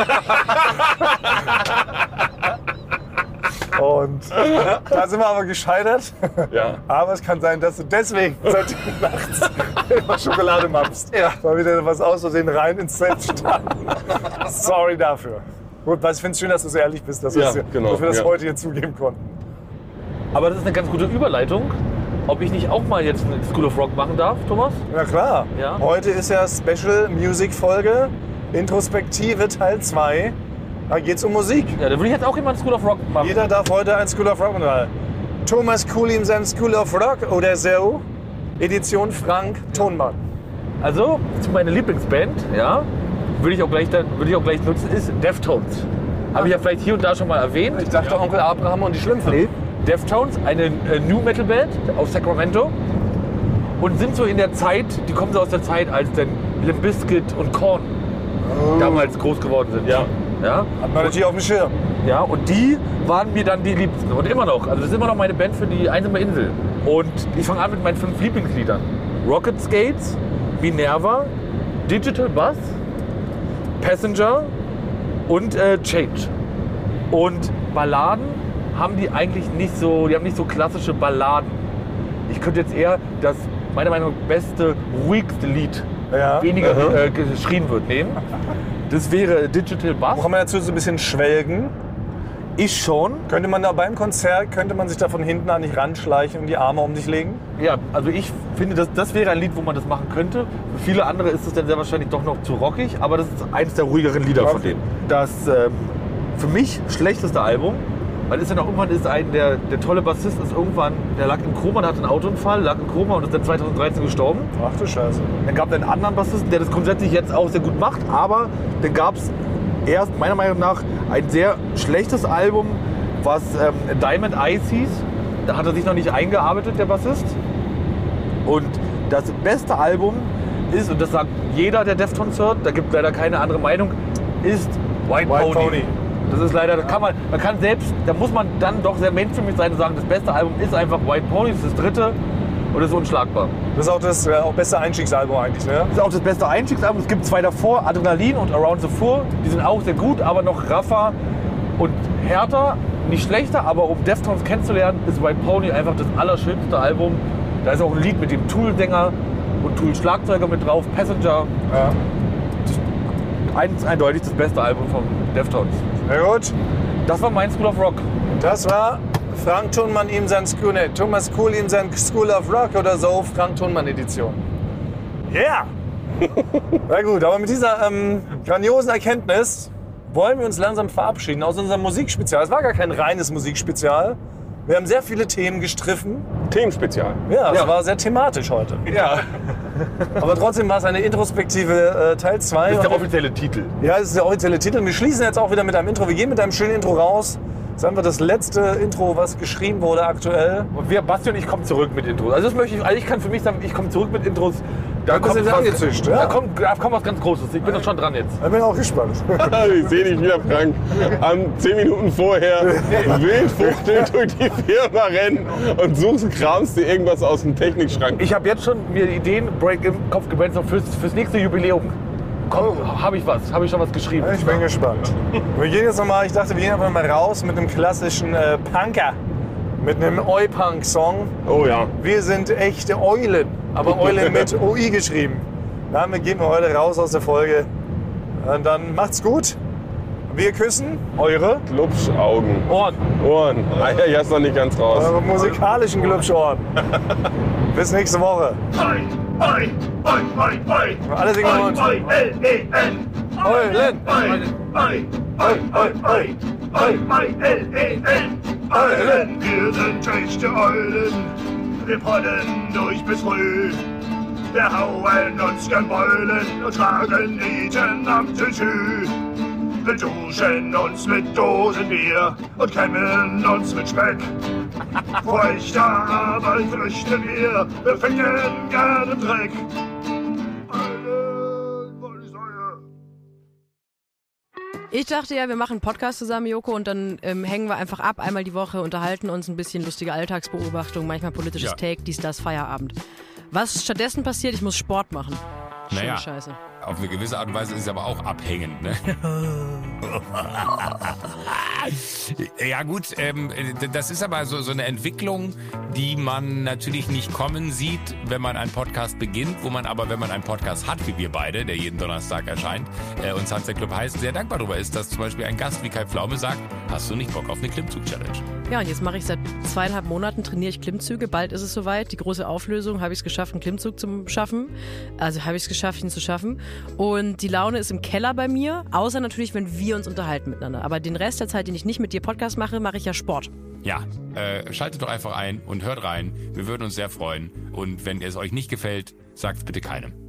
Und da sind wir aber gescheitert.
ja.
Aber es kann sein, dass du deswegen seit nachts immer Schokolade mampfst. Ja. Weil wieder was aus Versehen rein ins Selbst stand. Sorry dafür. Gut, weil ich finde es schön, dass du so ehrlich bist, dass,
Ja,
wir's-
genau,
dass wir das
ja.
heute hier zugeben konnten.
Aber das ist eine ganz gute Überleitung. Ob ich nicht auch mal jetzt eine School of Rock machen darf, Thomas?
Na klar.
Ja.
Heute ist ja Special Music Folge, Introspektive Teil zwei. Da geht's um Musik.
Ja, da würde ich jetzt auch immer School of Rock machen.
Jeder darf heute ein School of Rock machen. Thomas Kuhlim sein School of Rock oder so. Edition Frank Thonmann.
Also, meine Lieblingsband, ja, würde ich auch gleich, dann, würde ich auch gleich nutzen, ist Deftones. Habe ich ja vielleicht hier und da schon mal erwähnt.
Ich dachte Onkel Abraham und die Schlümpfe.
Nee, Deftones, eine äh, New Metal Band aus Sacramento. Und sind so in der Zeit, die kommen so aus der Zeit, als dann Limp Bizkit und Korn damals groß geworden sind.
Ja.
Ja?
Hat man natürlich auf dem Schirm.
Ja, und die waren mir dann die Liebsten. Und immer noch. Also das ist immer noch meine Band für die einsame Insel. Und ich fange an mit meinen fünf Lieblingsliedern. Rocket Skates, Minerva, Digital Bus, Passenger und äh, Change. Und Balladen haben die eigentlich nicht so, die haben nicht so klassische Balladen. Ich könnte jetzt eher das, meiner Meinung nach, beste, ruhigste Lied,
Ja.
weniger äh, geschrien wird, nehmen. Das wäre Digital Bus.
Kann man dazu so ein bisschen schwelgen?
Ich schon.
Könnte man da beim Konzert, könnte man sich da von hinten an dich ranschleichen und die Arme um dich legen?
Ja, also ich finde, das, das wäre ein Lied, wo man das machen könnte. Für viele andere ist es dann sehr wahrscheinlich doch noch zu rockig, aber das ist eines der ruhigeren Lieder von denen. Das ähm, für mich schlechteste Album, weil ist ja noch irgendwann ist ein, der, der tolle Bassist ist irgendwann, der lag im Koma, der hatte einen Autounfall, lag im Koma und ist dann zweitausenddreizehn gestorben.
Ach du Scheiße.
Dann gab es einen anderen Bassisten, der das grundsätzlich jetzt auch sehr gut macht, aber dann gab es erst meiner Meinung nach ein sehr schlechtes Album, was ähm, Diamond Eyes hieß. Da hat er sich noch nicht eingearbeitet, der Bassist. Und das beste Album ist, und das sagt jeder, der Deftones hört, da gibt leider keine andere Meinung, ist White,
White
Pony.
Pony.
Das ist leider, das kann man, man kann selbst, da muss man dann doch sehr mainstreamig sein und sagen, das beste Album ist einfach White Pony, das ist das dritte und das ist unschlagbar.
Das ist auch das äh, auch beste Einstiegsalbum eigentlich, ne?
Das ist auch das beste Einstiegsalbum. Es gibt zwei davor, Adrenalin und Around the Four. Die sind auch sehr gut, aber noch raffer und härter. Nicht schlechter, aber um Deftones kennenzulernen, ist White Pony einfach das allerschönste Album. Da ist auch ein Lied mit dem Tool-Sänger und Tool-Schlagzeuger mit drauf, Passenger.
Ja.
Eins, eindeutig das beste Album von Deftones.
Na gut,
Das war mein School of Rock.
das war Frank Thonmann ihm sein School, ne, Thomas Kuhl ihm sein School of Rock oder so, Frank Thonmann Edition. Yeah! Na gut, aber mit dieser ähm, grandiosen Erkenntnis wollen wir uns langsam verabschieden aus unserem Musikspezial. Es war gar kein reines Musikspezial. Wir haben sehr viele Themen gestriffen.
Themenspezial.
Ja, es
Ja.
war sehr thematisch heute.
Ja,
Aber trotzdem war es eine introspektive äh, Teil zwei.
das ist der offizielle Titel.
Ja, das ist der offizielle Titel. Wir schließen jetzt auch wieder mit einem Intro. Wir gehen mit einem schönen Intro raus. Das ist einfach das letzte Intro, was geschrieben wurde aktuell.
Und wir, Basti und ich, kommen zurück mit Intros. Also das möchte ich, also ich kann für mich sagen, ich komme zurück mit Intros. Da
Da bist du
was,
angezischt, ja?
da, kommt, da kommt was ganz Großes. Ich bin doch schon dran jetzt.
Da bin ich auch gespannt.
Ich sehe dich wieder, Frank, am zehn Minuten vorher wild fuchtelnd durch die Firma rennen und suchst, kramst dir irgendwas aus dem Technikschrank.
Ich habe jetzt schon mir Ideen Break im Kopf gebrainstormt fürs, fürs nächste Jubiläum. komm, habe ich was, habe ich schon was geschrieben.
Ich bin gespannt. Wir gehen jetzt nochmal, ich dachte, wir gehen einfach mal raus mit einem klassischen äh, Punker. Mit einem Oi-Punk-Song.
Oh ja.
Wir sind echte Eulen, aber Eulen mit O I geschrieben. Damit gehen wir heute raus aus der Folge. Und dann macht's gut. Wir küssen eure
Glubschaugen.
Ohren.
Ohren. Ah, ja, ich hab's noch nicht ganz raus.
Eure musikalischen Glubschohren. Bis nächste Woche.
Oi, oi, oi, oi, oi.
Alle singen wir uns.
Oi, L E N.
Eulen.
Oi, oi, oi, oi, oi. Oi, oi, L E N. Eulen. Wir sind echte Eulen. Wir prollen durch bis früh. Wir hauen uns gern Beulen und tragen Nieten am Tütü. Wir duschen uns mit Dosenbier und kämmen uns mit Speck. Vor echter Arbeit flüchten wir, wir ficken gern im Dreck. Eulen, wollte ich sagen.
Ich dachte ja, wir machen einen Podcast zusammen, Joko, und dann ähm, hängen wir einfach ab, einmal die Woche, unterhalten uns ein bisschen lustige Alltagsbeobachtung, manchmal politisches
Ja.
Take, dies, das, Feierabend. Was stattdessen passiert, ich muss Sport machen. Schöne
Naja.
Scheiße.
Auf eine gewisse Art und Weise ist es aber auch abhängend, ne? Ja gut, ähm, das ist aber so, so eine Entwicklung, die man natürlich nicht kommen sieht, wenn man einen Podcast beginnt, wo man aber, wenn man einen Podcast hat, wie wir beide, der jeden Donnerstag erscheint, äh, und Sunset Club heißt, sehr dankbar darüber ist, dass zum Beispiel ein Gast wie Kai Pflaume sagt, hast du nicht Bock auf eine Klimmzug-Challenge?
Ja, und jetzt mache ich seit zweieinhalb Monaten, trainiere ich Klimmzüge. Bald ist es soweit. Die große Auflösung, habe ich es geschafft, einen Klimmzug zu schaffen. Also habe ich es geschafft, ihn zu schaffen. Und die Laune ist im Keller bei mir, außer natürlich, wenn wir uns unterhalten miteinander. Aber den Rest der Zeit, den ich nicht mit dir Podcast mache, mache ich ja Sport.
Ja, äh, schaltet doch einfach ein und hört rein. Wir würden uns sehr freuen. Und wenn es euch nicht gefällt, sagt es bitte keinem.